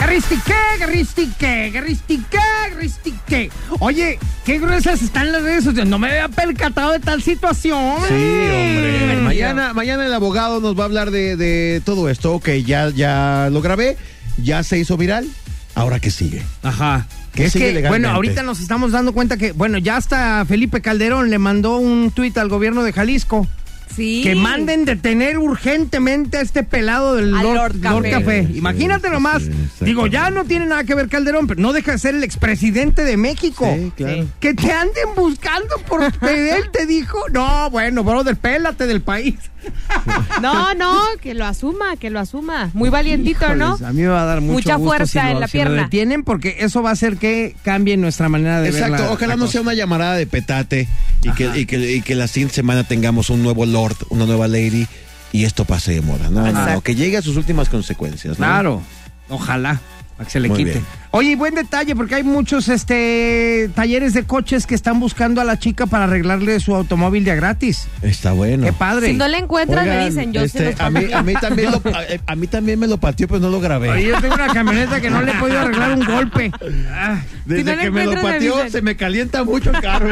Garristique. Oye, qué gruesas están las redes sociales. No me había percatado de tal situación. Sí, hombre. Mañana el abogado nos va a hablar de todo esto. Ok, ya lo grabé, ya se hizo viral. Ahora, ¿qué sigue? Ajá. ¿Qué sigue legalmente? Bueno, ahorita nos estamos dando cuenta que, ya hasta Felipe Calderón le mandó un tuit al gobierno de Jalisco. Sí. Que manden detener urgentemente a este pelado del Lord Café. Imagínate nomás. Digo, ya no tiene nada que ver Calderón, pero no deja de ser el expresidente de México. Sí, claro. Que te anden buscando por él, te dijo. No, bueno, brother, pélate del país. No, que lo asuma. Muy valientito, Híjoles, ¿no? A mí me va a dar mucha fuerza en la pierna. Lo detienen, porque eso va a hacer que cambie nuestra manera de ver. Exacto, ojalá no sea una llamarada de petate y que la siguiente semana tengamos un nuevo Lord, una nueva Lady, y esto pase de moda. No, que llegue a sus últimas consecuencias, ¿no? Claro, ojalá. Que se le Muy quite. bien. Oye, buen detalle, porque hay muchos talleres de coches que están buscando a la chica para arreglarle su automóvil de a gratis. Está bueno. Qué padre. Si no le encuentran, me dicen, yo se los a mí también me lo pateó, pero no lo grabé. Oye, yo tengo una camioneta que no le he podido arreglar un golpe. Desde que me lo pateó, se me calienta mucho el carro.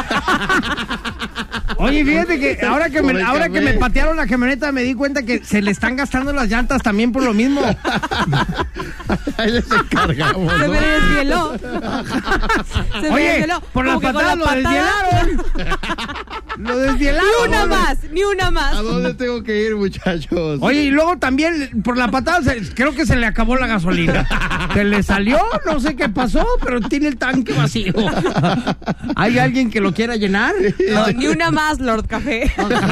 Oye, fíjate que ahora que me patearon la camioneta, me di cuenta que se le están gastando las llantas también por lo mismo. Ahí les encargamos. Se me desvieló. Oye, por la patada lo desvielaron. Lo desvielaron. Ni una más. ¿A dónde tengo que ir, muchachos? Oye, y luego también, por la patada, creo que se le acabó la gasolina. Se le salió, no sé qué pasó, pero tiene el tanque vacío. ¿Hay alguien que lo quiera llenar? No, ni una más, Lord Café.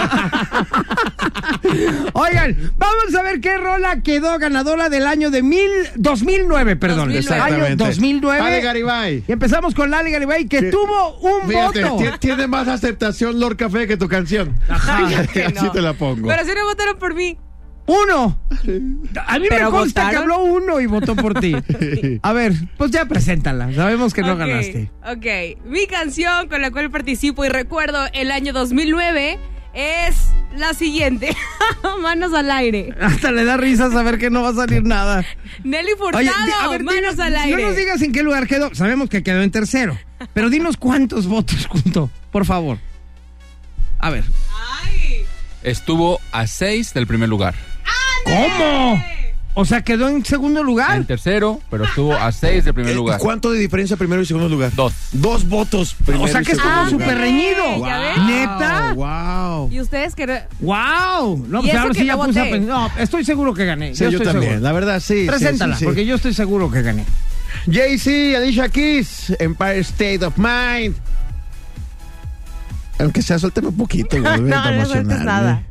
Oigan, vamos a ver qué rola quedó ganadora del año de 2009, perdón. 2009. Año 2009. Ale Garibay. Y empezamos con Lali Garibay, que tuvo un voto. Tiene más aceptación Lord Café que tu canción. Ajá. Así te la pongo. Pero si no votaron por mí. Uno. A mí me consta que habló uno y votó por ti. A ver, pues ya preséntala. Sabemos que no ganaste. Ok. Mi canción con la cual participo y recuerdo el año 2009 es la siguiente. Manos al aire. Hasta le da risa saber que no va a salir nada. Nelly Furtado, Oye, a ver, manos al aire. No nos digas en qué lugar quedó. Sabemos que quedó en tercero. Pero dinos cuántos votos juntó, por favor. A ver. Ay. Estuvo a 6 del primer lugar. ¿Cómo? O sea, quedó en segundo lugar. En tercero, pero estuvo a 6 del primer lugar. ¿Cuánto de diferencia primero y segundo lugar? 2. 2 votos. O sea que estuvo súper reñido. ¿Ya ves? ¿Neta? Wow. ¿Y ustedes qué? ¡Wow! No, Y pues eso ahora que sí ya no puse a voté. pensar. No, estoy seguro que gané. Sí, yo estoy también. seguro. La verdad, sí. Preséntala, sí. porque yo estoy seguro que gané. Jay-Z, Alicia Keys, Empire State of Mind. Aunque sea, suéltame un poquito, güey. No sueltes nada.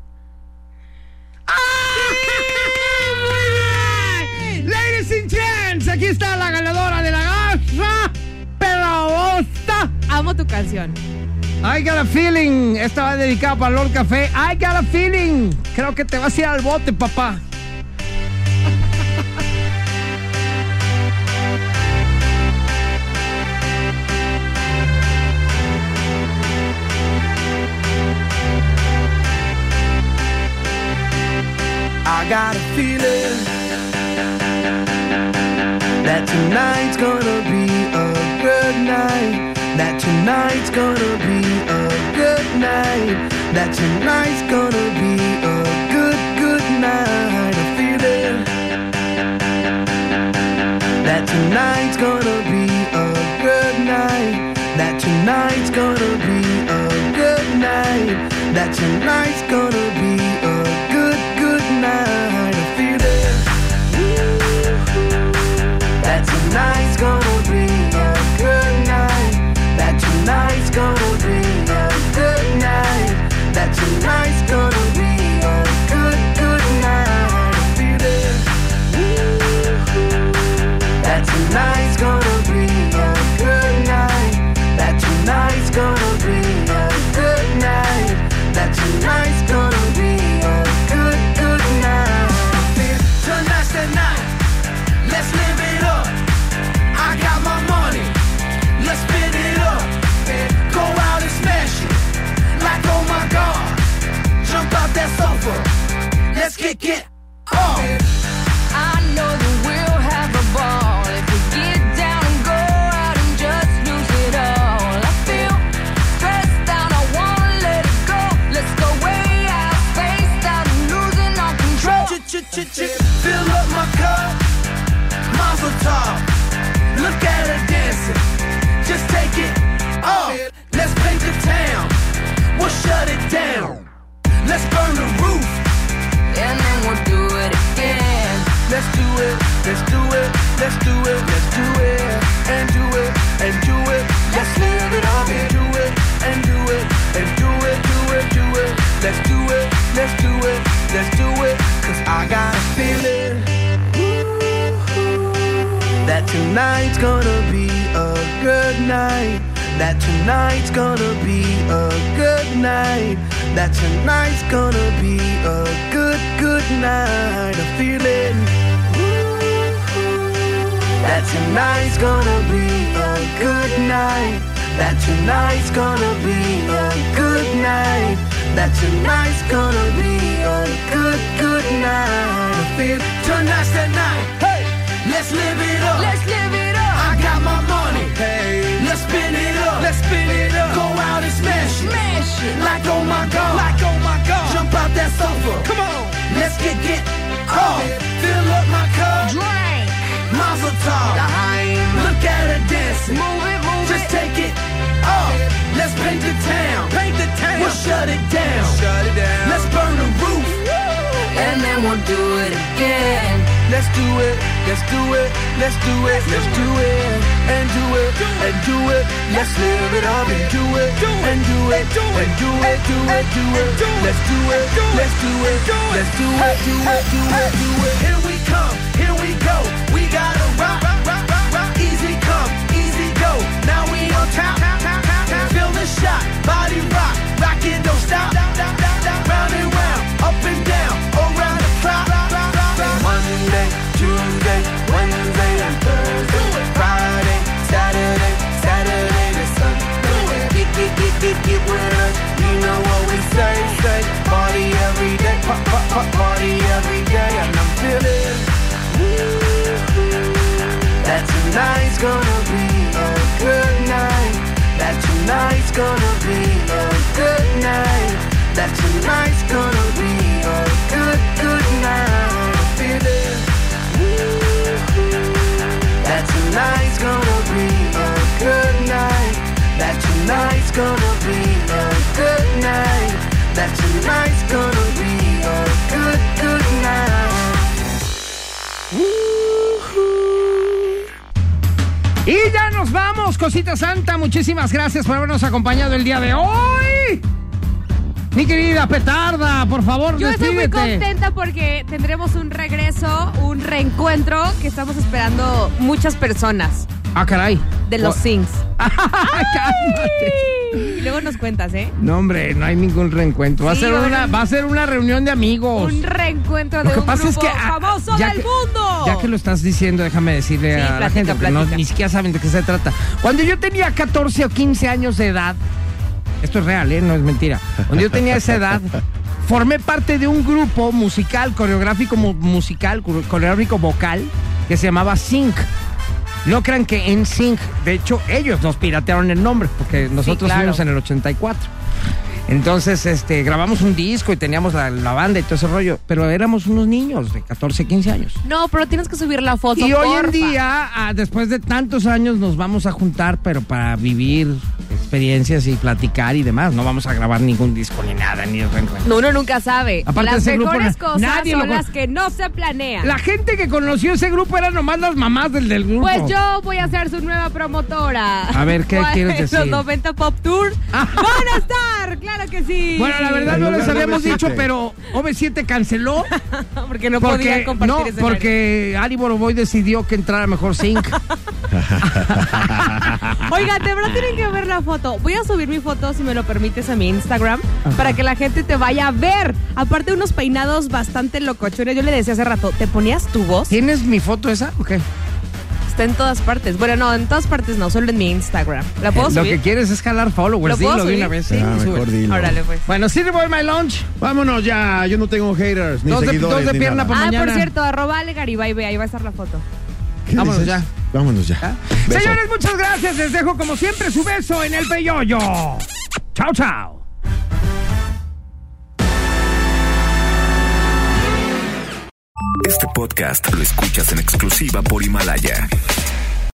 Ladies and gents, aquí está la ganadora de la gasa Pelabosta. Amo tu canción. I got a feeling. Esta va dedicada para Lord Café. I got a feeling. Creo que te vas a ir al bote, papá. I got a feeling that tonight's gonna be a good night. That tonight's gonna be a good night. That tonight's gonna be a good night. A feeling that tonight's gonna be a good night. That tonight's gonna be a good night. That tonight's gonna be a good night. A feeling that tonight's gonna be a good night. That tonight's gonna be a good night. That tonight's gonna be a good night. A feeling that tonight's gonna be a good night. That tonight's gonna be a good night. That tonight's gonna be a good night. Tonight's the night. Let's live it up. I got my money. Let's spin it up. Go out and smash it. Like oh my God. Jump out that sofa. Let's kick it off. I know that we'll have a ball if we get down and go out and just lose it all. I feel stressed out, I wanna let it go. Let's go way out, spaced out and losing all control. Fill up my cup, Mazel tov. Look at her dancing, just take it off. Let's paint the town, we'll shut it down. Let's burn the roof, and then we'll do it again. Let's do it, let's do it, let's do it, let's do it, and do it, and do it. Let's live it up and do it, and do it, and do it, do it, do it. Let's do it, let's do it, let's do it. 'Cause I got a feeling that tonight's gonna be a good night. That tonight's gonna be a good night. That tonight's gonna be a good night. A feeling that tonight's gonna be a good night. That tonight's gonna be a good night. That tonight's gonna be a good night. I feel tonight's the night. Hey, let's live it up. Let's live it up. I got my money. Hey, let's spin it up. Let's spin it up. Go out and smash it. Smash it. Like oh my God. Like oh my God. Jump out that sofa. Come on. Let's get off. Fill up my cup. Drink. Mazel tov. Look at her dancing. Move it, move it. Just take it off. Let's paint the town. Paint the town. We'll shut it down. Shut it down. Let's burn the roof. And then we'll do it again. Let's do it. Let's do it. Let's do it. Let's do it. And do it. And do it. Let's live it up and do it. And do it. And do it. Do it. Do it. Let's do it. Let's do it. Let's do it. Do it. Do it. Do it. Here we come. Here we go. We gotta rock. Easy come. Easy go. Now we on top. Feel the shot. Body rock. Rock it. Don't stop. Round and round. Up and down. Around the clock. Monday, Tuesday, Wednesday, and Thursday. Friday, Saturday, Saturday to Sunday. Get with us. You know what we say. party every day and I'm feeling that tonight's gonna be a good night. That tonight's gonna be a good night. That tonight's gonna be a good night. I'm feeling that tonight's gonna be a good night. That tonight's gonna be a good night. That tonight's gonna be a good night. Y ya nos vamos, cosita santa. Muchísimas gracias por habernos acompañado el día de hoy. Mi querida Petarda, por favor, yo despídete. estoy muy contenta porque tendremos un regreso, un reencuentro que estamos esperando muchas personas. Ah, caray. De los Sings. Cálmate. Y luego nos cuentas, ¿eh? No, hombre, no hay ningún reencuentro. Va a ser una reunión de amigos. Un reencuentro Lo de que un pasa grupo es que, famoso ya del que- mundo. Ya que lo estás diciendo, déjame decirle Sí, a la platica, gente, porque platica. ni siquiera saben de qué se trata. Cuando yo tenía 14 o 15 años de edad, esto es real, no es mentira. Cuando yo tenía esa edad, formé parte de un grupo musical, coreográfico vocal, que se llamaba Sync. No crean que en Sync, de hecho, ellos nos piratearon el nombre, porque nosotros claro. fuimos en el 84. Entonces, grabamos un disco y teníamos la banda y todo ese rollo, pero éramos unos niños de 14, 15 años. No, pero tienes que subir la foto, Y hoy en porfa. día, después de tantos años, nos vamos a juntar, pero para vivir experiencias y platicar y demás. No vamos a grabar ningún disco ni nada, ni reencuentro. No, uno nunca sabe. Aparte, las ese grupo mejores cosas nadie son lo las que no se planean. La gente que conoció ese grupo eran nomás las mamás del grupo. Pues yo voy a ser su nueva promotora. A ver, ¿qué quieres decir? Los 90 Pop Tour van a estar, claro que sí. Bueno, la verdad no les habíamos dicho, pero OV7 canceló. Porque no podía compartir ese porque Ari Boroboy decidió que entrara mejor Sync. Oigan, de verdad tienen que ver la foto. Voy a subir mi foto, si me lo permites, a mi Instagram, para que la gente te vaya a ver. Aparte, unos peinados bastante locochones. Yo le decía hace rato, ¿te ponías tu voz? ¿Tienes mi foto esa o qué? Está en todas partes. Bueno, no, en todas partes no, solo en mi Instagram. ¿La puedo Lo subir? que quieres es jalar followers. ¿Lo puedo Dilo de subir? una vez. Sí, mejor dilo. Órale, pues. Bueno, City Boy My Lunch. Vámonos ya, yo no tengo haters ni Dos de seguidores ni pierna nada. por mañana. Por cierto, @ Garibay, ahí va a estar la foto. ¿Qué Vámonos dices? ya. Vámonos ya. Beso. Señores, muchas gracias. Les dejo como siempre su beso en el peyoyo. Chao, chao. Este podcast lo escuchas en exclusiva por Himalaya.